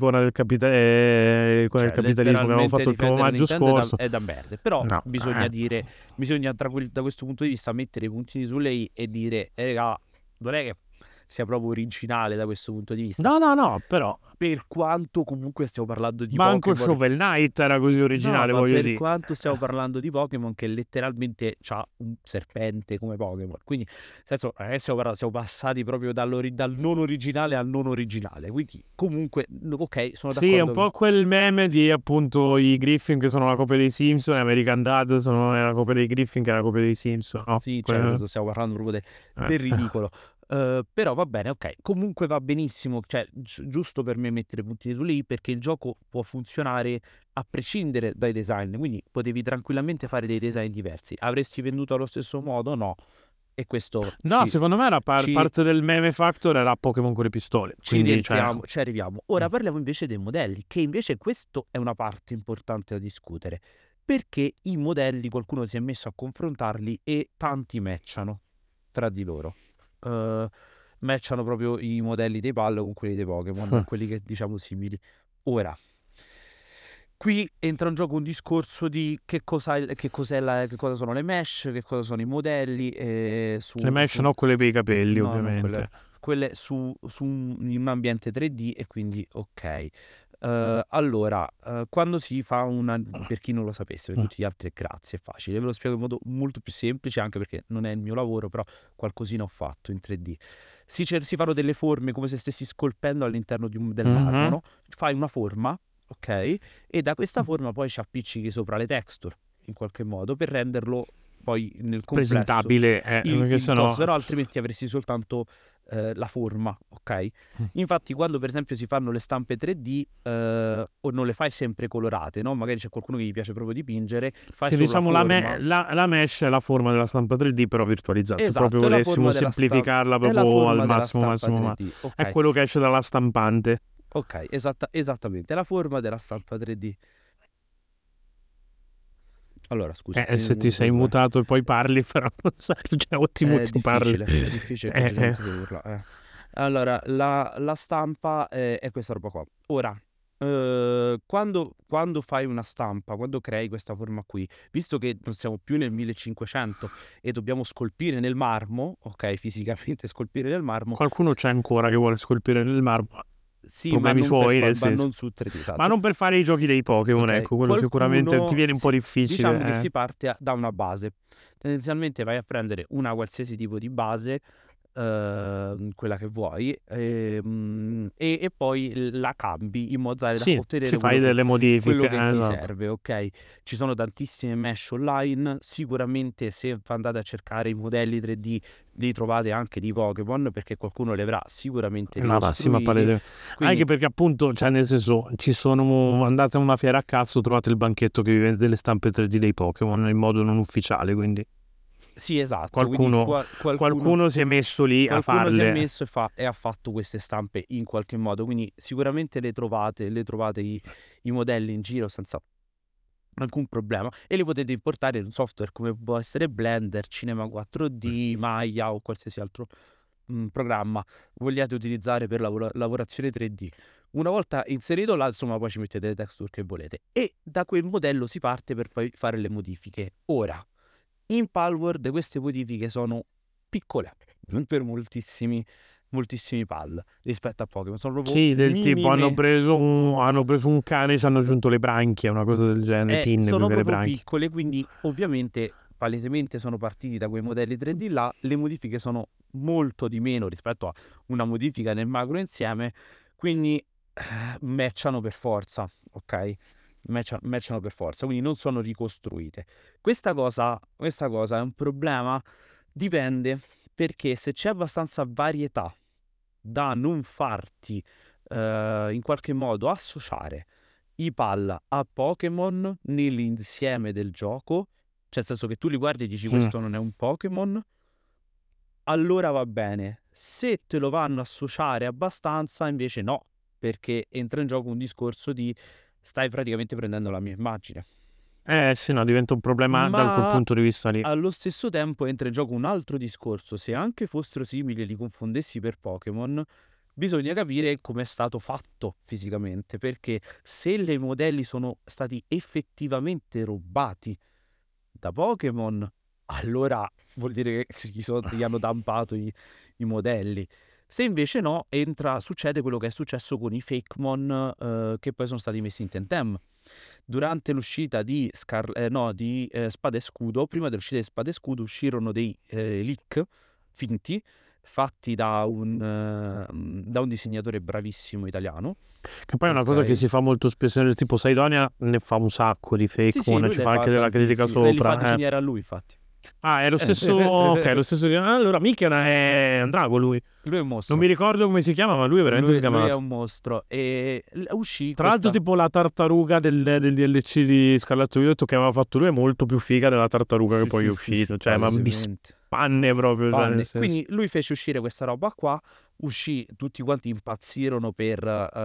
icona del Cioè, capitalismo che avevamo letteralmente fatto il primo difendere maggio Nintendo scorso. è da merde. Però No, bisogna da questo punto di vista mettere i puntini su lei e dire, raga, non è che sia proprio originale da questo punto di vista. no, no, no, però Per quanto comunque stiamo parlando di manco Pokémon. Shovel Knight era così No, originale, ma voglio per dire. quanto stiamo parlando di Pokémon che letteralmente c'ha un serpente come Pokémon. Quindi, nel senso, siamo passati proprio dal non originale al non originale. Quindi, comunque, ok, sono Sì, è un d'accordo. po' quel meme di appunto i Griffin che sono la copia dei Simpson e American Dad sono la copia dei Griffin che è la copia dei Simpson, no? Sì, cioè, nel senso, stiamo parlando proprio del ridicolo. Però va bene, ok. Comunque va benissimo, cioè, giusto per me mettere puntini su lì, perché il gioco può funzionare a prescindere dai design. Quindi potevi tranquillamente fare dei design diversi. Avresti venduto allo stesso modo? No. E questo No, secondo me era ci, parte del meme factor era Pokémon con le pistole, ci quindi cioè. rientriamo, ci arriviamo. Ora parliamo invece dei modelli, che invece questo è una parte importante da discutere. Perché i modelli, qualcuno si è messo a confrontarli e tanti matchano tra di loro. Matchano proprio i modelli dei PAL con quelli dei Pokémon, quelli che diciamo simili. Ora, qui entra in gioco un discorso di che cosa sono le mesh, che cosa sono i modelli, Le mesh no, quelle per i capelli, no, non quelle, ovviamente. in un ambiente 3D e quindi ok. Allora, quando si fa per chi non lo sapesse, per tutti gli altri grazie, è facile, ve lo spiego in modo molto più semplice, anche perché non è il mio lavoro, però qualcosina ho fatto in 3D. Si fanno delle forme come se stessi scolpendo all'interno del marmo, Mhm. no? Fai una forma, ok? E da questa forma poi ci appiccichi sopra le texture, in qualche modo, per renderlo poi nel complesso Presentabile, perché il sennò. coso, però altrimenti avresti soltanto la forma, ok? Infatti quando per esempio si fanno le stampe 3D o non le fai sempre colorate, no? Magari c'è qualcuno che gli piace proprio dipingere, fai Sì, solo la diciamo forma. la mesh è la forma della stampa 3D però virtualizzata. Se proprio Esatto, è la volessimo forma semplificarla è la proprio al forma della massimo, stampa massimo, ma 3D, è ok? quello che esce dalla stampante. Ok, esattamente, è la forma della stampa 3D. Allora, scusa, E mi è se ti venuto sei fuori. mutato e poi parli, però non sai, cioè, o ti muti o parli. È difficile che gente si urla. Allora, la stampa è questa roba qua. Ora, quando fai una stampa, quando crei questa forma qui, visto che non siamo più nel 1500 e dobbiamo scolpire nel marmo, ok, fisicamente scolpire nel marmo, Qualcuno c'è ancora che vuole scolpire nel marmo. sì, Problemi suoi, nel ma senso. non su 3D, Ma esatto. non per fare i giochi dei Pokémon, Ok, ecco, quello sicuramente ti viene un po' difficile. diciamo che si parte da una base. Tendenzialmente vai a prendere una qualsiasi tipo di base, quella che vuoi, e poi la cambi in modo tale da Sì, ottenere ci fai delle quello modifiche, che ti esatto. serve, ok? Ci sono tantissime mesh online, sicuramente se andate a cercare i modelli 3D li trovate anche di Pokémon, perché qualcuno li avrà sicuramente La massima ricostruiti. palese. Quindi Anche perché appunto, cioè nel senso, ci sono, andate a una fiera a cazzo, trovate il banchetto che vi vende le stampe 3D dei Pokémon in modo non ufficiale, quindi sì, esatto, quindi qualcuno si è messo lì a qualcuno si è farle. messo e ha fatto queste stampe in qualche modo, quindi sicuramente le trovate i modelli in giro senza alcun problema e li potete importare in un software come può essere Blender, Cinema 4D, Maya o qualsiasi altro programma vogliate utilizzare per lavorazione 3D. Una volta inserito là, insomma, poi ci mettete le texture che volete e da quel modello si parte per poi fare le modifiche. Ora, in Palworld queste modifiche sono piccole per moltissimi PAL rispetto a Pokémon, sono proprio Sì, del tipo hanno minime. preso un cane e ci hanno aggiunto le branchie, una cosa del genere, pinne più Sono che le proprio branchie. piccole, quindi ovviamente palesemente sono partiti da quei modelli 3D là, le modifiche sono molto di meno rispetto a una modifica nel macro insieme, quindi matchano per forza, ok? Matchano per forza, quindi non sono ricostruite. Questa cosa è un problema? Dipende, perché se c'è abbastanza varietà da non farti in qualche modo associare i PAL a Pokémon nell'insieme del gioco, cioè nel senso che tu li guardi e dici questo non è un Pokémon, allora va bene. Se te lo vanno a associare abbastanza, invece no, perché entra in gioco un discorso di stai praticamente prendendo la mia immagine. Sì, no, diventa un problema da quel Ma punto di vista lì. allo stesso tempo entra in gioco un altro discorso. Se anche fossero simili e li confondessi per Pokémon, bisogna capire come è stato fatto fisicamente, perché se i modelli sono stati effettivamente rubati da Pokémon, allora vuol dire che gli hanno dampato i modelli. Se invece no, succede quello che è successo con i Fakemon che poi sono stati messi in Temtem. Durante l'uscita di Spada e Scudo, prima dell'uscita di Spada e Scudo, uscirono dei leak finti fatti da un disegnatore bravissimo italiano. Che poi è una cosa che Ok. si fa molto spesso, tipo Saidonia ne fa un sacco di Sì, sì, Fakemon, lui ci ne fa fa anche della critica tantissimi. Lei li fa sopra. disegnare a lui, infatti. Ah, è lo stesso. Ok, lo stesso. Allora, mica è un drago lui. Lui è un Non mostro. mi ricordo come si chiama, ma lui è veramente Lui è sgamato. un mostro. E uscì Tra l'altro, questa. tipo la tartaruga del DLC di Scarletto Violetto che aveva fatto lui è molto più figa della tartaruga che Sì, poi è sì, sì, sì, uscita. Cioè, ma di palesemente. spanne proprio. Cioè, nel Panne. senso. Quindi lui fece uscire questa roba qua. Uscì, tutti quanti impazzirono per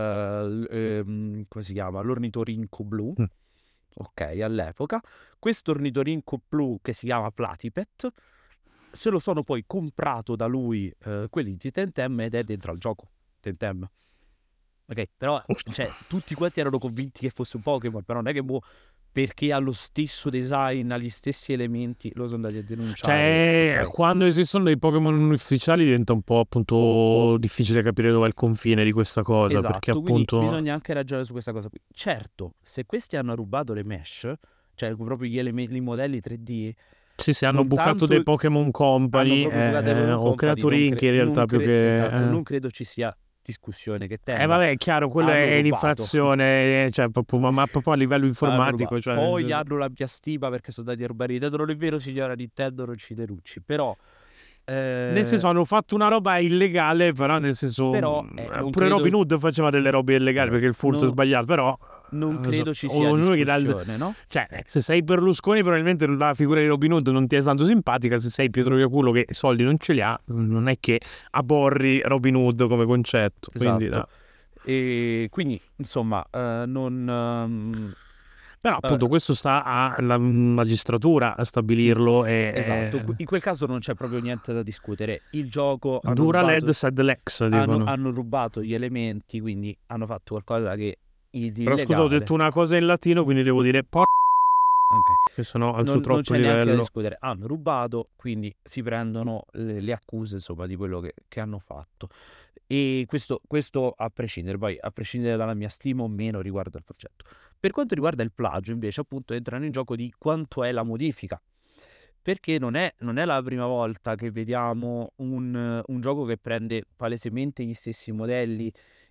come si chiama? L'ornitorinco blu. Mm. Ok, all'epoca. Questo ornitorinco blu che si chiama Platypet se lo sono poi comprato da lui quelli di Temtem ed è dentro al gioco Temtem. Ok, però cioè, tutti quanti erano convinti che fosse un Pokémon, però non è che perché ha lo stesso design, ha gli stessi elementi, lo sono andati a denunciare. Cioè, Ok, quando esistono dei Pokémon non ufficiali diventa un po' appunto difficile capire dove è il confine di questa cosa, perché esatto, quindi appunto bisogna anche ragionare su questa cosa qui. Certo, se questi hanno rubato le mesh, cioè proprio i modelli 3D, sì, hanno non bucato dei tanto Pokémon hanno Company proprio bucato i Pokémon o Company, creato Link in realtà più esatto, che. non credo ci sia discussione che tenga. Vabbè, è chiaro, quello Hanno è rubato. un'infrazione, cioè, ma proprio a livello Hanno rubato. informatico, cioè, nel Poi senso. hanno la mia stima perché sono andati a rubare Nintendo. Non è vero, signora Nintendo, non ci denucci. Però, Nel senso, hanno fatto una roba illegale, però nel senso, non pure credo. Robin Hood faceva delle robe illegali perché il furto è Non, sbagliato, però. non Non so, credo ci sia ognuno che dà discussione, no? cioè, se sei Berlusconi, probabilmente la figura di Robin Hood non ti è tanto simpatica. Se sei Pietro Iacullo, che soldi non ce li ha, non è che aborri Robin Hood come concetto. Quindi, Esatto. E quindi, insomma, non. però, appunto, questo sta alla magistratura a Sì, stabilirlo. esatto. In quel caso non c'è proprio niente da discutere. Il gioco Dura l'ed sed lex, dicono. hanno rubato gli elementi, quindi hanno fatto qualcosa che Però scusa, ho detto una cosa in latino, quindi devo dire Ok. che sono al suo Non troppo c'è neanche da livello. discutere, hanno rubato, quindi si prendono le accuse, insomma, di quello che hanno fatto. E questo a prescindere, poi a prescindere dalla mia stima o meno riguardo al progetto. Per quanto riguarda il plagio, invece, appunto, entrano in gioco di quanto è la modifica. Perché non è la prima volta che vediamo un gioco che prende palesemente gli stessi modelli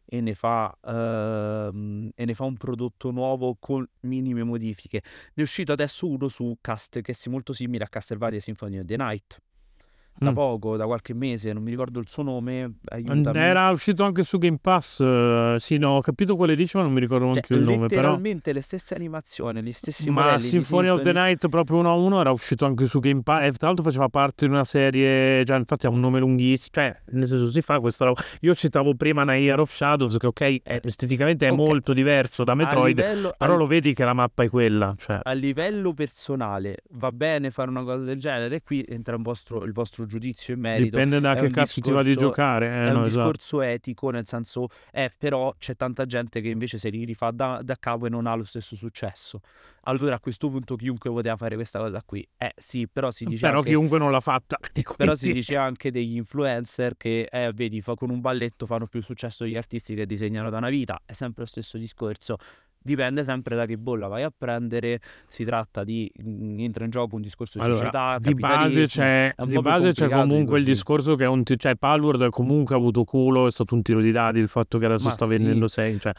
e ne fa un prodotto nuovo con minime modifiche. Ne è uscito adesso uno su Cast che è molto simile a Castlevania Symphony of the Night. Da poco, da qualche mese, non mi ricordo il suo nome, aiutami. Era uscito anche su Game Pass. Sì, no, ho capito quale dici, ma non mi ricordo Cioè, anche il nome. Però letteralmente le stesse animazioni, gli stessi ma modelli di Symphony of the Symphony. Night proprio 1 a 1 era uscito anche su Game Pass, e tra l'altro faceva parte di una serie, già infatti ha un nome lunghissimo, cioè nel senso si fa questa roba. Io citavo prima Nair of Shadows, che ok, esteticamente è Ok. molto diverso da Metroid, però lo vedi che la mappa è quella, cioè. A livello personale va bene fare una cosa del genere? Qui entra il vostro giudizio in merito. Dipende da È che un cazzo ti va di discorso, giocare, è un no, esatto. discorso etico, nel senso, però c'è tanta gente che invece se li rifà da capo e non ha lo stesso successo. Allora a questo punto chiunque poteva fare questa cosa qui. Sì, però si dice Però anche, chiunque non l'ha fatta. però si dice anche degli influencer che, vedi, con un balletto fanno più successo degli artisti che disegnano da una vita. È sempre lo stesso discorso. Dipende sempre da che bolla vai a prendere. Si tratta di entra in gioco un discorso di Allora, società, di base capitalismo. c'è, È un di po' più base c'è complicato di comunque il così. discorso che è cioè Palworld comunque ha avuto culo, è stato un tiro di dadi il fatto che adesso Ma sta sì. vendendo 6, cioè.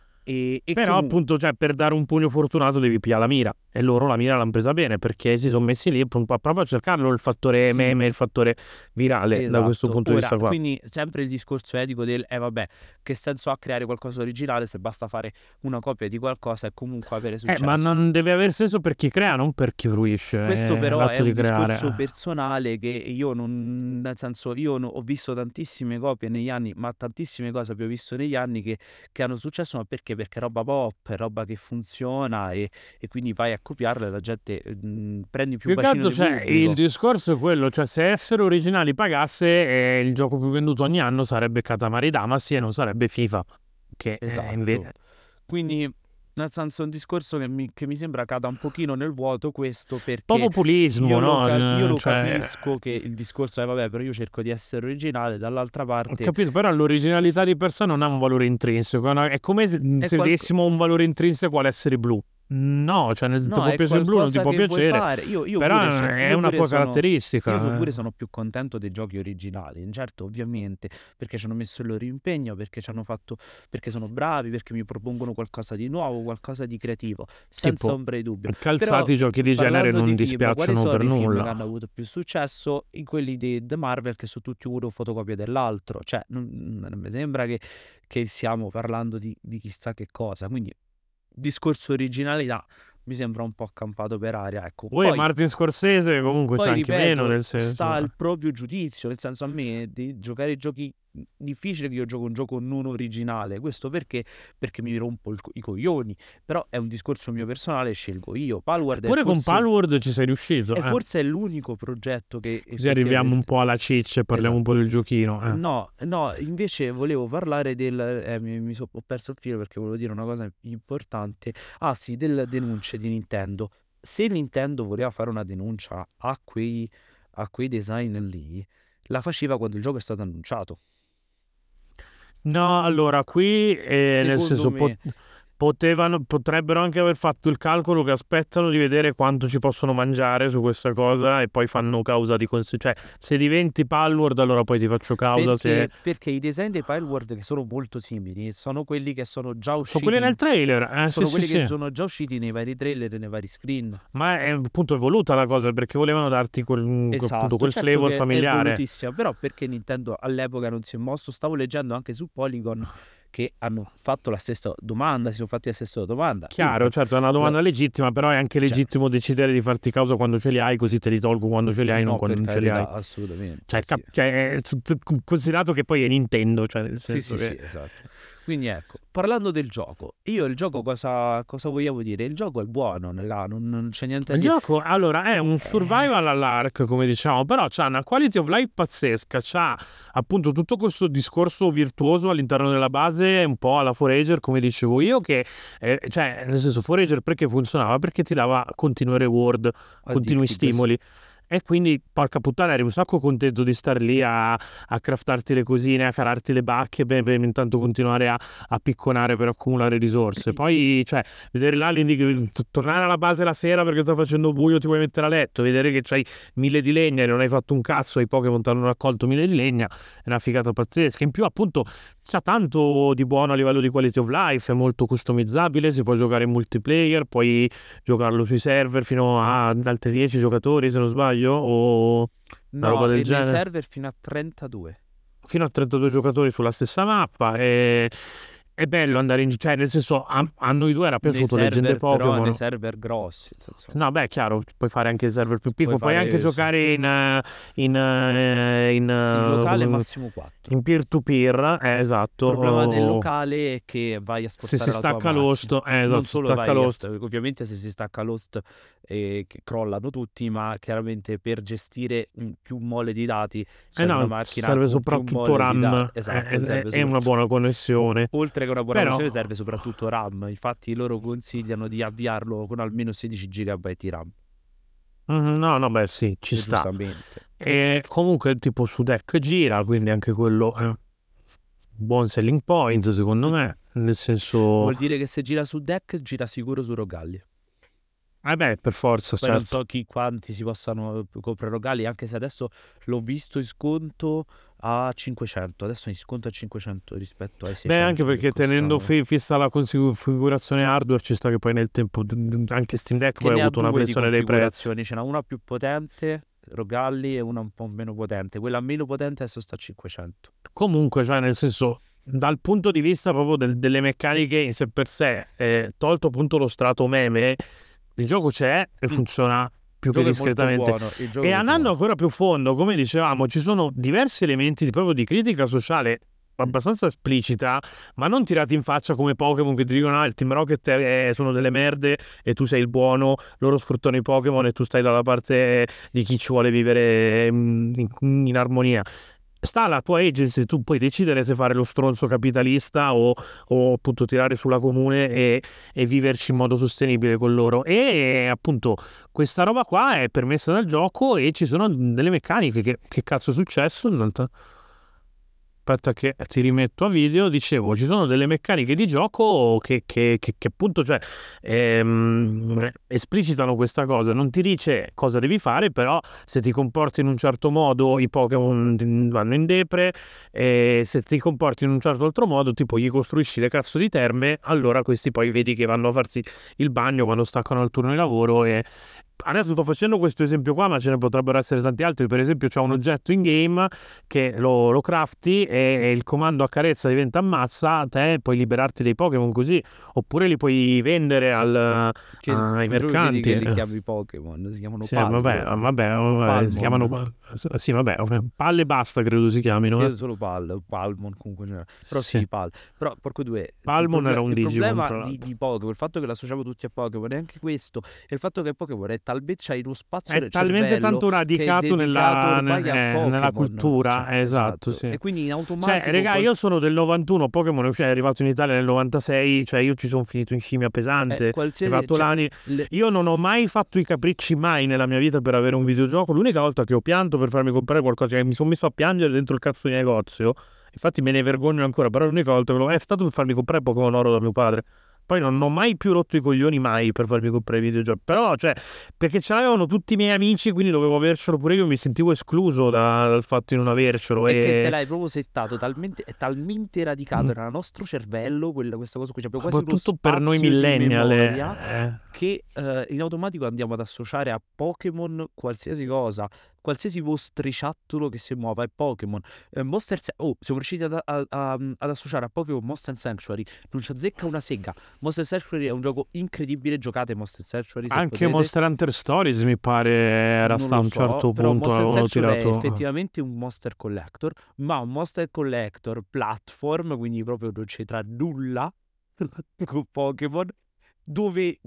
E Però comunque appunto, cioè, per dare un pugno fortunato devi pigliare la mira, e loro la mira l'hanno presa bene perché si sono messi lì proprio a cercarlo il fattore sì, meme, il fattore virale da questo esatto. punto di Ora, vista qua. quindi sempre il discorso etico del vabbè, che senso ha creare qualcosa di originale se basta fare una copia di qualcosa e comunque avere successo. Ma non deve avere senso per chi crea, non per chi fruisce. Questo però è l'atto di un creare. discorso personale che io non, nel senso, ho visto tantissime copie negli anni, ma tantissime cose abbiamo visto negli anni che hanno successo, ma perché? Perché è roba pop, è roba che funziona e quindi vai a copiarla e la gente prendi più Più che bacino altro, di cioè, pubblico. il discorso è quello, cioè se essere originali pagasse, il gioco più venduto ogni anno sarebbe Katamari Damacy e non sarebbe FIFA, che Esatto. invece. Quindi, nel senso, è un discorso che mi sembra cada un pochino nel vuoto questo, perché Populismo, io no? lo Cioè, capisco che il discorso è vabbè, però io cerco di essere originale, dall'altra ho parte capito, però l'originalità di per sé non ha un valore intrinseco, è come se vedessimo un valore intrinseco all'essere blu. No, cioè ti no, può è piacere il blu, non ti qualcosa può che vuoi piacere, fare. Io però pure, è io una pure tua sono, caratteristica. io pure sono più contento dei giochi originali. Certo, ovviamente, perché ci hanno messo il loro impegno, perché ci hanno fatto, perché sono bravi, perché mi propongono qualcosa di nuovo, qualcosa di creativo, senza Tipo, ombra di dubbio. Però calzati i giochi di genere parlando non di film, quali dispiacciono sono per i film che nulla. hanno avuto più successo? Quelli di The Marvel, che sono tutti uno fotocopia dell'altro. Cioè, non mi sembra che stiamo parlando di chissà che cosa. Quindi, discorso originalità mi sembra un po' accampato per aria, ecco. Poi Martin Scorsese comunque c'è Poi anche meno, ripeto, nel sta senso. al proprio giudizio, nel senso, a me di giocare i giochi difficile che io gioco un gioco non originale. Questo perché mi rompo i coglioni, però è un discorso mio personale, scelgo io. Palworld Pure con Palworld ci sei riuscito. forse è l'unico progetto che Così arriviamo un effettivamente. po' alla ciccia e parliamo un po' del giochino. No, invece volevo parlare ho perso il filo perché volevo dire una cosa importante. Ah sì, delle denunce di Nintendo. Se Nintendo voleva fare una denuncia a quei design lì, la faceva quando il gioco è stato annunciato. No, allora qui nel senso Secondo me, potrebbero anche aver fatto il calcolo che aspettano di vedere quanto ci possono mangiare su questa cosa e poi fanno causa di cioè se diventi Palworld allora poi ti faccio causa perché i design dei Palworld, che sono molto simili, sono quelli che sono già sono quelli usciti. nel trailer, Sono sì, quelli sì, che sì. sono già usciti nei vari trailer e nei vari screen. Ma è appunto evoluta la cosa perché volevano darti appunto, Esatto, quel certo flavor che è familiare. volutissima, però perché Nintendo all'epoca non si è mosso? Stavo leggendo anche su Polygon che hanno fatto la stessa domanda, si sono fatti la stessa domanda. Chiaro, certo, è una domanda legittima, però è anche legittimo decidere di farti causa quando ce li hai, così te li tolgo quando ce li hai, non No, quando per non ce li hai. carità, assolutamente. Cioè, Sì. considerato che poi è Nintendo, cioè nel Sì, senso sì, che. sì, esatto. Quindi ecco, parlando del gioco, io il gioco cosa vogliamo dire? Il gioco è buono, non c'è niente da Il dire. gioco, allora, è un survival all'arc, come diciamo, però c'ha una quality of life pazzesca, c'ha appunto tutto questo discorso virtuoso all'interno della base, un po' alla Forager, come dicevo io, che, cioè, nel senso, Forager perché funzionava? Perché ti dava continue reward, continui Addicted, sì. stimoli. E quindi, porca puttana, eri un sacco contento di star lì a craftarti le cosine, a calarti le bacche, per intanto continuare a picconare per accumulare risorse. Poi, cioè, vedere là tornare alla base la sera perché sta facendo buio, ti vuoi mettere a letto, vedere che c'hai 1000 di legna e non hai fatto un cazzo, i Pokémon ti hanno raccolto 1000 di legna, è una figata pazzesca. In più, appunto, c'ha tanto di buono a livello di quality of life, è molto customizzabile, si può giocare in multiplayer, puoi giocarlo sui server fino a altri 10 giocatori, se non sbaglio, o una roba No, del e nei genere. server fino a 32. Fino a 32 giocatori sulla stessa mappa. E è bello andare in, cioè, nel senso, a noi due era Nei piaciuto Leggende server, però, Pokémon. nei server grossi. nel senso, No, beh, chiaro, puoi fare anche il server più piccolo, Puoi puoi fare, anche sì. giocare Il locale come- massimo 4. in peer-to-peer, esatto. Il problema del locale è che vai a Se sforzare si la tua stacca macchina. l'host, esatto, Non si solo stacca vai l'host. ovviamente se si stacca l'host che crollano tutti, ma chiaramente per gestire più mole di dati c'è una No, macchina serve con più soprattutto mole di dati. RAM, Esatto, serve è una buona soprattutto. connessione. Oltre che una buona Però, connessione serve soprattutto RAM. Infatti loro consigliano di avviarlo con almeno 16 GB di RAM. no, beh, sì, ci sta. Giustamente. E comunque, tipo su deck gira, quindi anche quello è un buon selling point, secondo me. Nel senso, Vuol dire che se gira su deck, gira sicuro su Rogalli. beh, per forza, Poi non certo. so quanti si possano comprare Rogalli, anche se adesso l'ho visto in sconto a 500. Adesso è in sconto a 500 rispetto ai 600. Beh, anche perché che tenendo costavano. fissa la configurazione hardware, ci sta che poi nel tempo anche Steam Deck Che poi ha ne ha avuto una due di pressione dei prezzi. configurazioni. Ce n'ha una più potente, Rogalli, e una un po' meno potente. Quella meno potente adesso sta a 500. Comunque, cioè, nel senso, dal punto di vista proprio delle meccaniche in sé per sé, tolto appunto lo strato meme, il gioco c'è e funziona più che Il gioco è molto discretamente. buono. Il gioco E è molto andando buono. ancora più a fondo, come dicevamo, ci sono diversi elementi proprio di critica sociale abbastanza esplicita, ma non tirati in faccia come Pokémon che ti dicono il Team Rocket sono delle merde e tu sei il buono, loro sfruttano i Pokémon e tu stai dalla parte di chi ci vuole vivere in armonia. Sta alla tua agency, tu puoi decidere se fare lo stronzo capitalista o appunto tirare sulla comune e viverci in modo sostenibile con loro. E appunto questa roba qua è permessa dal gioco e ci sono delle meccaniche. Che cazzo è successo? In realtà, aspetta che ti rimetto a video. Dicevo, ci sono delle meccaniche di gioco che appunto, cioè, esplicitano questa cosa. Non ti dice cosa devi fare, però se ti comporti in un certo modo i Pokémon vanno in depre, e se ti comporti in un certo altro modo, tipo gli costruisci le cazzo di terme, allora questi poi vedi che vanno a farsi il bagno quando staccano al turno di lavoro. E adesso sto facendo questo esempio qua, ma ce ne potrebbero essere tanti altri. Per esempio c'è un oggetto in game che lo crafti e il comando accarezza diventa ammazza, te puoi liberarti dei Pokémon così, oppure li puoi vendere ai Tu vedi mercanti. che li chiami Pokémon, si chiamano Sì, Palworld. vabbè, si chiamano Palmon. sì, vabbè, palle e basta, credo si chiamino. Io solo Palmon comunque in generale. Però sì, Pal. Però porco due. Palmon era un Il Digimon, problema tra l'altro. di Pokémon, il fatto che l'associamo tutti a Pokémon è anche questo. E il fatto che Pokémon è talmente c'hai uno spazio È nel talmente cervello tanto che è radicato dedicato ormai a nella Pokémon. cultura, Cioè, esatto, sì. E quindi in Cioè, automatico regà, io sono del 91, Pokémon è arrivato in Italia nel 96, cioè io ci sono finito in scimmia pesante, ho qualsiasi fatto l'anni. Io non ho mai fatto i capricci mai nella mia vita per avere un videogioco. L'unica volta che ho pianto per farmi comprare qualcosa, che mi sono messo a piangere dentro il cazzo di negozio, infatti me ne vergogno ancora, però l'unica volta che è stato per farmi comprare Pokémon Oro da mio padre. Poi non ho mai più rotto i coglioni mai per farmi comprare i videogiochi. Però, cioè, perché ce l'avevano tutti i miei amici, quindi dovevo avercelo pure io. Mi sentivo escluso dal fatto di non avercelo. è che te l'hai proprio settato, è talmente radicato nel nostro cervello questa cosa qui, c'è quasi uno soprattutto per noi spazio di millennial. memoria che in automatico andiamo ad associare a Pokémon qualsiasi cosa, qualsiasi mostriciattolo che si muova è Pokémon. Siamo riusciti ad associare a Pokémon Monster Sanctuary, non ci azzecca una sega. Monster Sanctuary è un gioco incredibile, giocate Monster Sanctuary se Anche potete. Monster Hunter Stories mi pare era Non stato a lo un so, certo però punto Monster avevano Sanctuary è tirato. effettivamente un Monster Collector, ma un Monster Collector platform, quindi proprio non c'entra nulla con Pokémon, dove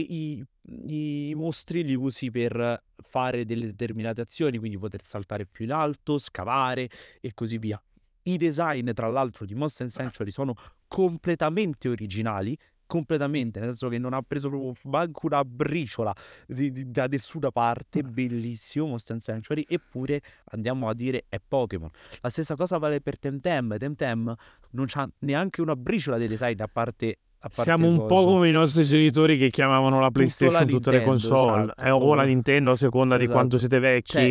i mostri li usi per fare delle determinate azioni, quindi poter saltare più in alto, scavare e così via. I design, tra l'altro, di Monster Sanctuary sono completamente originali, completamente, nel senso che non ha preso proprio manco una briciola da nessuna parte. Bellissimo Monster Sanctuary, eppure andiamo a dire è Pokémon. La stessa cosa vale per Temtem. Temtem non c'ha neanche una briciola di design a parte Siamo un po' come i nostri genitori che chiamavano la PlayStation tutte le Nintendo, console, esatto, o la Nintendo a seconda di quanto esatto. siete vecchi.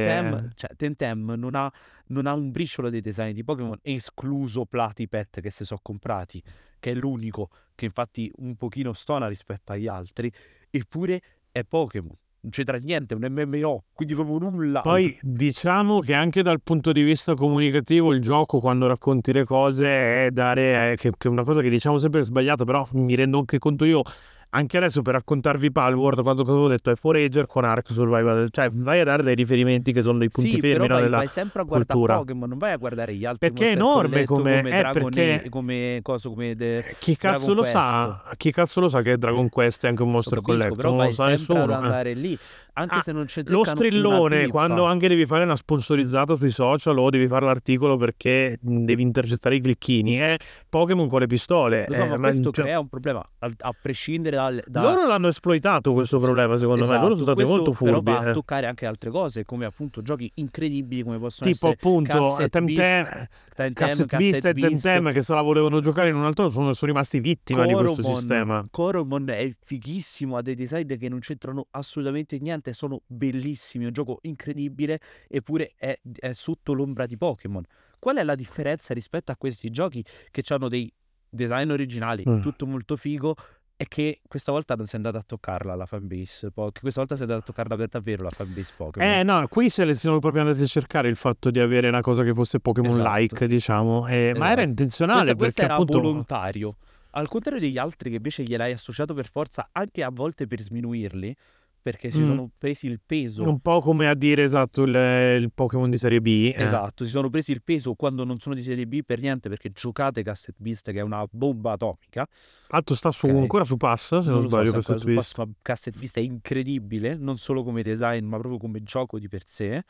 Temtem non ha un briciolo dei design di Pokémon, escluso Platypet che si sono comprati, che è l'unico che infatti un pochino stona rispetto agli altri, eppure è Pokémon. Non c'entra niente, è un MMO, quindi proprio nulla. Poi diciamo che anche dal punto di vista comunicativo il gioco, quando racconti le cose, è dare che è una cosa che diciamo sempre è sbagliata, però mi rendo anche conto io. Anche adesso per raccontarvi Palworld, quando avevo detto è Forager con Ark Survival, cioè vai a dare dei riferimenti che sono dei punti Sì, fermi, però no, della vai sempre a guardare cultura. Pokémon, non vai a guardare gli altri Perché è Monster enorme Collector come Dragon perché come cosa, come chi Dragon cazzo lo Quest. sa? Chi cazzo lo sa che è Dragon Quest è anche un Lo Monster capisco, Collector? però Non lo vai sa sempre ad nessuno. andare lì, anche se non c'è Lo zeccano una strillone, quando bippa. anche devi fare una sponsorizzata sui social o devi fare l'articolo perché devi intercettare i clicchini, è Pokémon con le pistole. Lo so, ma Ma questo crea un problema, a prescindere loro l'hanno esploitato questo problema, secondo me. Loro sono stati questo molto però furbi. va a toccare anche altre cose, come appunto giochi incredibili come possono Tipo essere appunto Cassette Beast, Cassette Beast e Temtem, che se la volevano giocare in un altro sono rimasti vittima di questo sistema. Coromon è fighissimo, ha dei design che non c'entrano assolutamente niente, sono bellissimi, è un gioco incredibile, eppure è sotto l'ombra di Pokémon. Qual è la differenza rispetto a questi giochi che hanno dei design originali, tutto molto figo, e che questa volta non si è andata a toccarla la fanbase, questa volta si è andata a toccarla per davvero la fanbase Pokémon. No, qui se sono proprio andati a cercare il fatto di avere una cosa che fosse Pokémon-like, Esatto. diciamo, ma era Esatto. intenzionale Questo perché era appunto... volontario, al contrario degli altri che invece gliel'hai associato per forza, anche a volte per sminuirli, perché si sono presi il peso. Un po' come a dire, esatto, il Pokémon di serie B. Esatto, si sono presi il peso quando non sono di serie B per niente, perché giocate Cassette Beast, che è una bomba atomica. Altro sta ancora su Pass, se non sbaglio, Cassette Beast. Ma Cassette Beast è incredibile, non solo come design, ma proprio come gioco di per sé.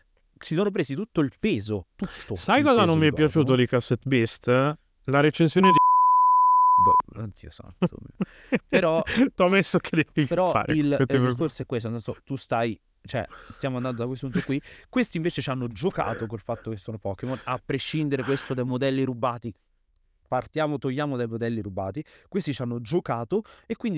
Si sono presi tutto il peso, tutto. Sai cosa non mi è piaciuto di Cassette Beast? La recensione di... Oddio santo. Però t'ho messo che devi fare. Il discorso è questo, adesso tu stai, cioè stiamo andando da questo punto qui. Questi invece ci hanno giocato col fatto che sono Pokémon, a prescindere questo dai modelli rubati. Togliamo dai modelli rubati. Questi ci hanno giocato e quindi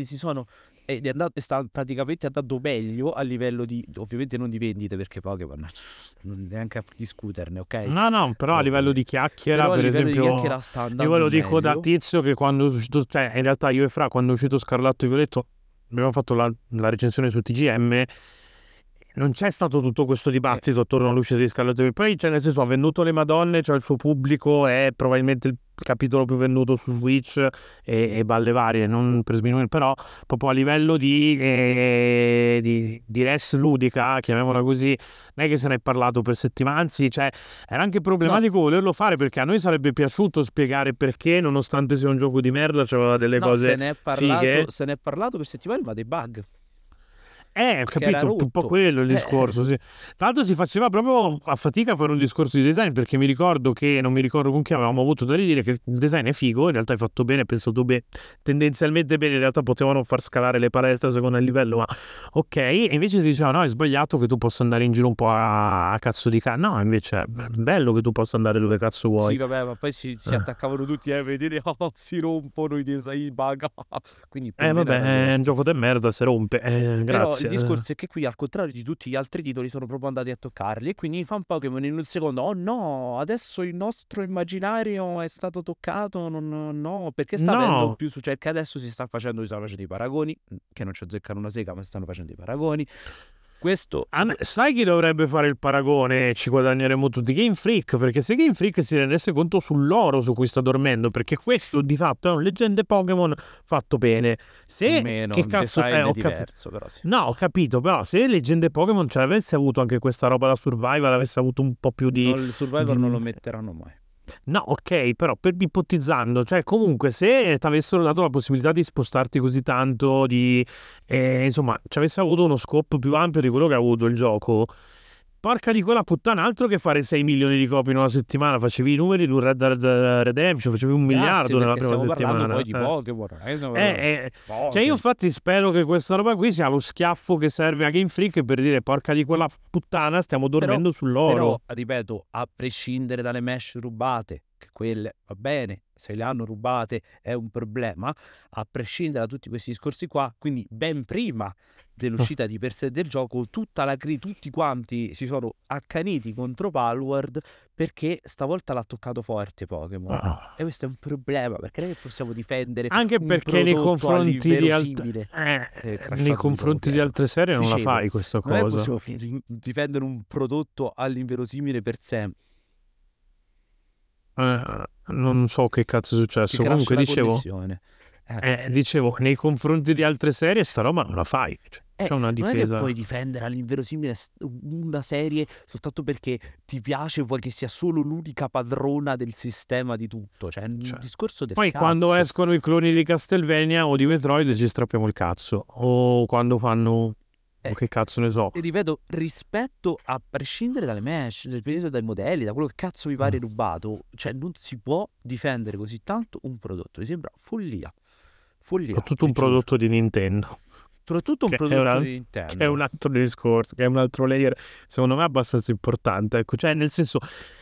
sta praticamente andando meglio a livello di, ovviamente non di vendite, perché Pokémon non neanche a discuterne, ok? No, però a livello di chiacchiera, però per a livello esempio, di chiacchiera sta andando io ve lo dico meglio. da tizio che quando è uscito, cioè in realtà io e Fra, quando è uscito Scarlatto e Violetto, abbiamo fatto la recensione su TGM. Non c'è stato tutto questo dibattito attorno all'uscita di Scarletto e poi, cioè, nel senso, ha venduto le Madonne, cioè il suo pubblico è probabilmente il capitolo più venduto su Switch e balle varie, non per sminuire, però proprio a livello di res ludica, chiamiamola così, non è che se ne è parlato per settimane, anzi, cioè, era anche problematico volerlo fare, perché a noi sarebbe piaciuto spiegare perché, nonostante sia un gioco di merda, c'aveva delle cose fighe. Se ne è parlato per settimane, ma dei bug. Ho capito, un po' quello il discorso, sì. Tra l'altro si faceva proprio a fatica a fare un discorso di design, perché mi ricordo che, non mi ricordo con chi avevamo avuto da ridire che il design è figo, in realtà è fatto bene, è pensato bene, tendenzialmente bene, in realtà potevano far scalare le palestre secondo il livello, ma ok, e invece si diceva no, è sbagliato che tu possa andare in giro un po' a cazzo di no, invece è bello che tu possa andare dove cazzo vuoi. Sì, vabbè, ma poi si attaccavano tutti a vedere, si rompono i design, i bug, quindi vabbè, è un gioco di merda, si rompe, grazie. Però il discorso è che qui, al contrario di tutti gli altri titoli, sono proprio andati a toccarli, e quindi i fan Pokémon in un secondo, oh no, adesso il nostro immaginario è stato toccato, no, perché sta avendo più successo, cioè che adesso si stanno facendo i paragoni, che non ci azzeccano una sega, ma si stanno facendo i paragoni. Questo sai chi dovrebbe fare il paragone? Ci guadagneremo tutti, Game Freak, perché se Game Freak si rendesse conto sull'oro su cui sta dormendo, perché questo di fatto è un leggende Pokémon fatto bene. Se meno, che cazzo è diverso, però sì. No, ho capito, però se leggende Pokémon ce l'avesse avuto anche questa roba da survival, avesse avuto un po' più di... il survival non lo metteranno mai. No, ok, però per ipotizzando, cioè comunque se ti avessero dato la possibilità di spostarti così tanto, insomma, ci avesse avuto uno scopo più ampio di quello che ha avuto il gioco, porca di quella puttana, altro che fare 6 milioni di copie in una settimana, facevi i numeri di un Red Dead Redemption, facevi 1 miliardo nella prima settimana. Poi di Pokémon, cioè io infatti spero che questa roba qui sia lo schiaffo che serve a Game Freak per dire porca di quella puttana, stiamo dormendo sull'oro. Però, ripeto, a prescindere dalle mesh rubate, che quelle va bene, se le hanno rubate è un problema, a prescindere da tutti questi discorsi qua, quindi ben prima dell'uscita di per sé del gioco, tutti quanti si sono accaniti contro Palworld perché stavolta l'ha toccato forte Pokémon. E questo è un problema, perché non è che possiamo difendere anche perché nei confronti di altre serie non la fai questa cosa. Non è possiamo difendere un prodotto all'inverosimile per sempre. Non so che cazzo è successo. Comunque dicevo, nei confronti di altre serie sta roba non la fai, c'è una difesa. Non è che puoi difendere all'inverosimile una serie soltanto perché ti piace e vuoi che sia solo l'unica padrona del sistema di tutto, cioè un discorso del poi cazzo. Quando escono i cloni di Castlevania o di Metroid ci strappiamo il cazzo, o quando fanno che cazzo ne so. E ripeto, rispetto a prescindere dalle mesh, dai modelli, da quello che cazzo vi pare rubato, cioè non si può difendere così tanto un prodotto. Mi sembra follia. Soprattutto un prodotto di Nintendo. Soprattutto un prodotto di Nintendo. Che è un altro discorso, che è un altro layer, secondo me abbastanza importante. Ecco, cioè nel senso,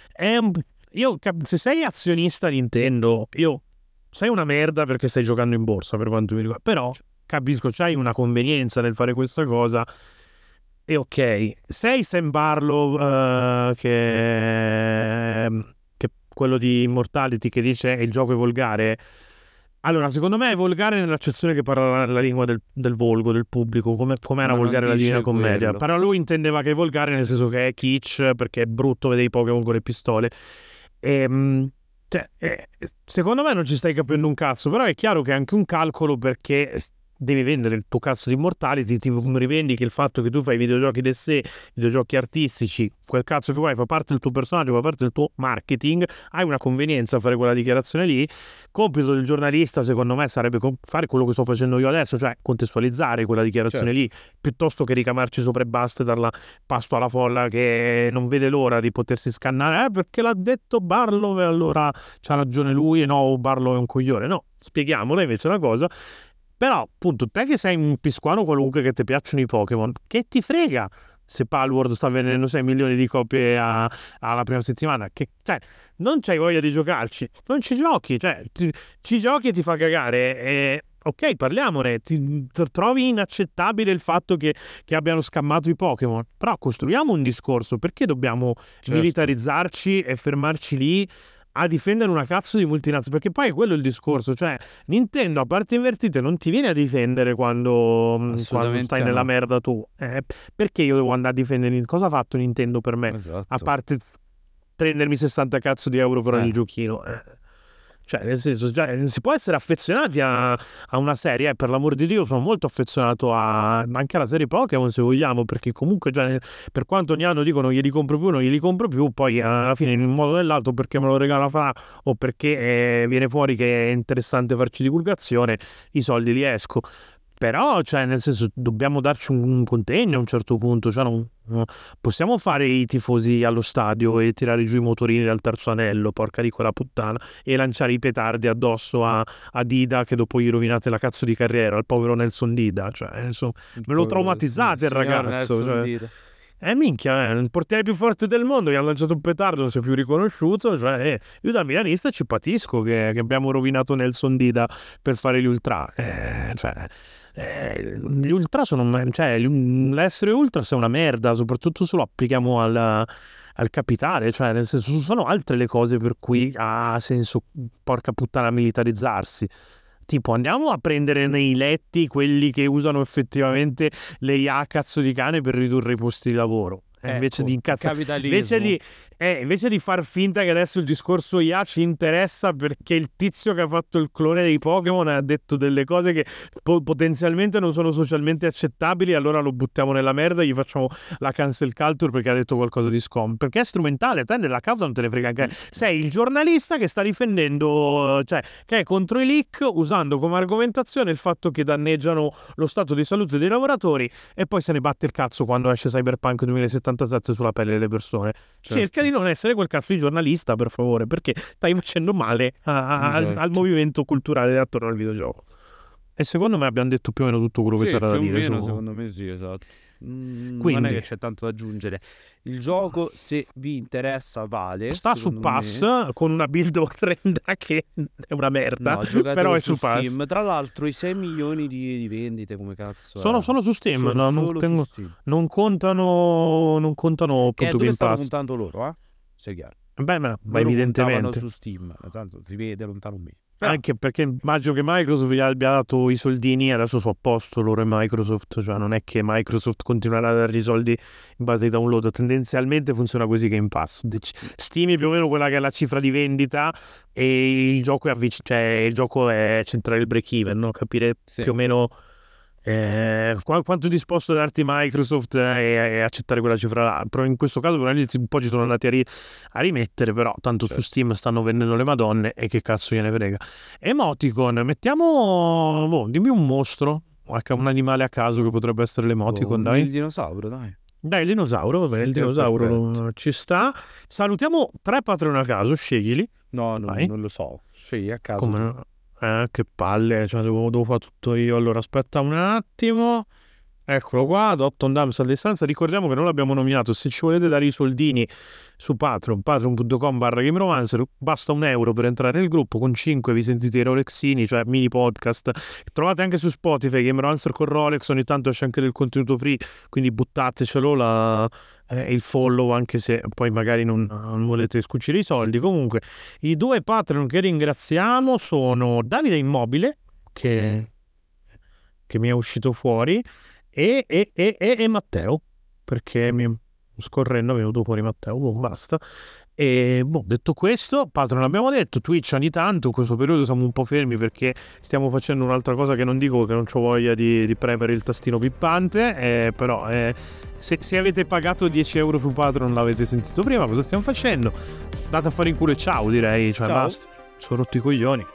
se sei azionista Nintendo, sei una merda perché stai giocando in borsa, per quanto mi riguarda. Però capisco, c'hai una convenienza nel fare questa cosa, e ok, sei Sam Barlow che quello di Immortality che dice il gioco è volgare. Allora, secondo me è volgare nell'accezione che parla la lingua del volgo, del pubblico, come era volgare la Divina Commedia. Però lui intendeva che è volgare nel senso che è kitsch, perché è brutto vedere i Pokémon con le pistole. Secondo me non ci stai capendo un cazzo, però è chiaro che è anche un calcolo, perché devi vendere il tuo cazzo di Immortality, ti rivendichi il fatto che tu fai videogiochi di sé, videogiochi artistici, quel cazzo che vuoi, fa parte del tuo personaggio, fa parte del tuo marketing, hai una convenienza a fare quella dichiarazione lì. Compito del giornalista secondo me sarebbe fare quello che sto facendo io adesso, cioè contestualizzare quella dichiarazione lì, piuttosto che ricamarci sopra e basta e darla pasto alla folla che non vede l'ora di potersi scannare, perché l'ha detto Barlow e allora c'ha ragione lui, e no, Barlow è un coglione. No, spieghiamola invece una cosa. Però, appunto, te che sei un pisquano qualunque che ti piacciono i Pokémon, che ti frega se Palworld sta vendendo 6 milioni di copie alla prima settimana? Cioè, non c'hai voglia di giocarci, non ci giochi, cioè, ci giochi e ti fa cagare. Ok, parliamone. Trovi inaccettabile il fatto che abbiano scammato i Pokémon, però costruiamo un discorso. Perché dobbiamo militarizzarci e fermarci lì a difendere una cazzo di multinazionale? Perché poi è quello il discorso, cioè Nintendo a parte invertite non ti viene a difendere quando stai nella merda tu, perché io devo andare a difendere? Cosa ha fatto Nintendo per me? Esatto. A parte prendermi 60 cazzo di euro per ogni giochino. Cioè, nel senso, si può essere affezionati a una serie, per l'amor di Dio sono molto affezionato anche alla serie Pokémon, se vogliamo, perché comunque già per quanto ogni anno dico non glieli compro più, poi alla fine in un modo o nell'altro, perché me lo regala Fra o perché viene fuori che è interessante farci divulgazione, i soldi li esco. Però, cioè, nel senso, dobbiamo darci un contegno a un certo punto, cioè non possiamo fare i tifosi allo stadio e tirare giù i motorini dal terzo anello, porca di quella puttana, e lanciare i petardi addosso a Dida, che dopo gli rovinate la cazzo di carriera, al povero Nelson Dida, cioè, insomma, me lo traumatizzate il ragazzo, minchia, il portiere più forte del mondo, gli hanno lanciato un petardo, non si è più riconosciuto, cioè io da milanista ci patisco che abbiamo rovinato Nelson Dida per fare gli ultra, cioè Gli ultra sono, cioè l'essere ultras è una merda, soprattutto se lo applichiamo al capitale, cioè nel senso sono altre le cose per cui ha senso, porca puttana, militarizzarsi. Tipo andiamo a prendere nei letti quelli che usano effettivamente le IA cazzo di cane per ridurre i posti di lavoro. Invece di capitalismo. invece di far finta che adesso il discorso IA ci interessa perché il tizio che ha fatto il clone dei Pokémon ha detto delle cose che potenzialmente non sono socialmente accettabili, allora lo buttiamo nella merda e gli facciamo la cancel culture perché ha detto qualcosa di scom. Perché è strumentale, te nella causa non te ne frega anche. Sei il giornalista che sta difendendo, cioè che è contro i leak usando come argomentazione il fatto che danneggiano lo stato di salute dei lavoratori e poi se ne batte il cazzo quando esce Cyberpunk 2077 sulla pelle delle persone. Certo. Cerca di non essere quel cazzo di giornalista, per favore, perché stai facendo male al movimento culturale attorno al videogioco. E secondo me abbiamo detto più o meno tutto quello che c'era da dire. Più o meno, secondo me sì, esatto. Quindi, non è che c'è tanto da aggiungere. Il gioco, se vi interessa, vale. Sta su Pass con una build orrenda che è una merda. No, però è su Steam. Pass. Tra l'altro, i 6 milioni di vendite, come cazzo? Sono su Steam, su Steam. Non contano appunto dove Game stanno Pass. puntando loro, Sei chiaro. Beh, ma Loro evidentemente puntavano su Steam, nel senso si vede lontano un mese. Anche perché immagino che Microsoft gli abbia dato i soldini e adesso sono a posto loro e Microsoft, cioè non è che Microsoft continuerà a dare i soldi in base ai download, tendenzialmente funziona così che in pass. Stimi più o meno quella che è la cifra di vendita e il gioco è centrare il break even, no? Capire più o meno quanto è disposto a darti Microsoft e accettare quella cifra là. Però in questo caso un po' ci sono andati a rimettere, però tanto su Steam stanno vendendo le madonne e che cazzo gliene frega. Emoticon, mettiamo dimmi un mostro, un animale a caso che potrebbe essere l'emoticon, dai. Il dinosauro, dai. Dai, il dinosauro, va bene, il dinosauro ci sta. Salutiamo 3 Patreon a caso, sceglili. No, non lo so, scegli a caso. Come no? Che palle, cioè devo fare tutto io. Allora aspetta un attimo, eccolo qua, Adopton Dams a distanza. Ricordiamo che non l'abbiamo nominato. Se ci volete dare i soldini su patreon.com/GameRomancer, basta €1 per entrare nel gruppo. Con 5 vi sentite i Rolexini, cioè mini podcast. Trovate anche su Spotify GameRomancer con Rolex, ogni tanto esce anche del contenuto free, quindi buttatecelo il follow, anche se poi magari non volete scucire i soldi. Comunque i 2 Patreon che ringraziamo sono Davide Immobile, che mi è uscito fuori, e Matteo, perché scorrendo è venuto fuori Matteo. Basta. E detto questo, Patreon l'abbiamo detto, Twitch ogni tanto, in questo periodo siamo un po' fermi perché stiamo facendo un'altra cosa che non dico, che non c'ho voglia di premere il tastino pippante, però se avete pagato €10 su Patreon l'avete sentito prima cosa stiamo facendo. Date a fare in culo e ciao, direi, cioè ciao. Basta, sono rotto i coglioni.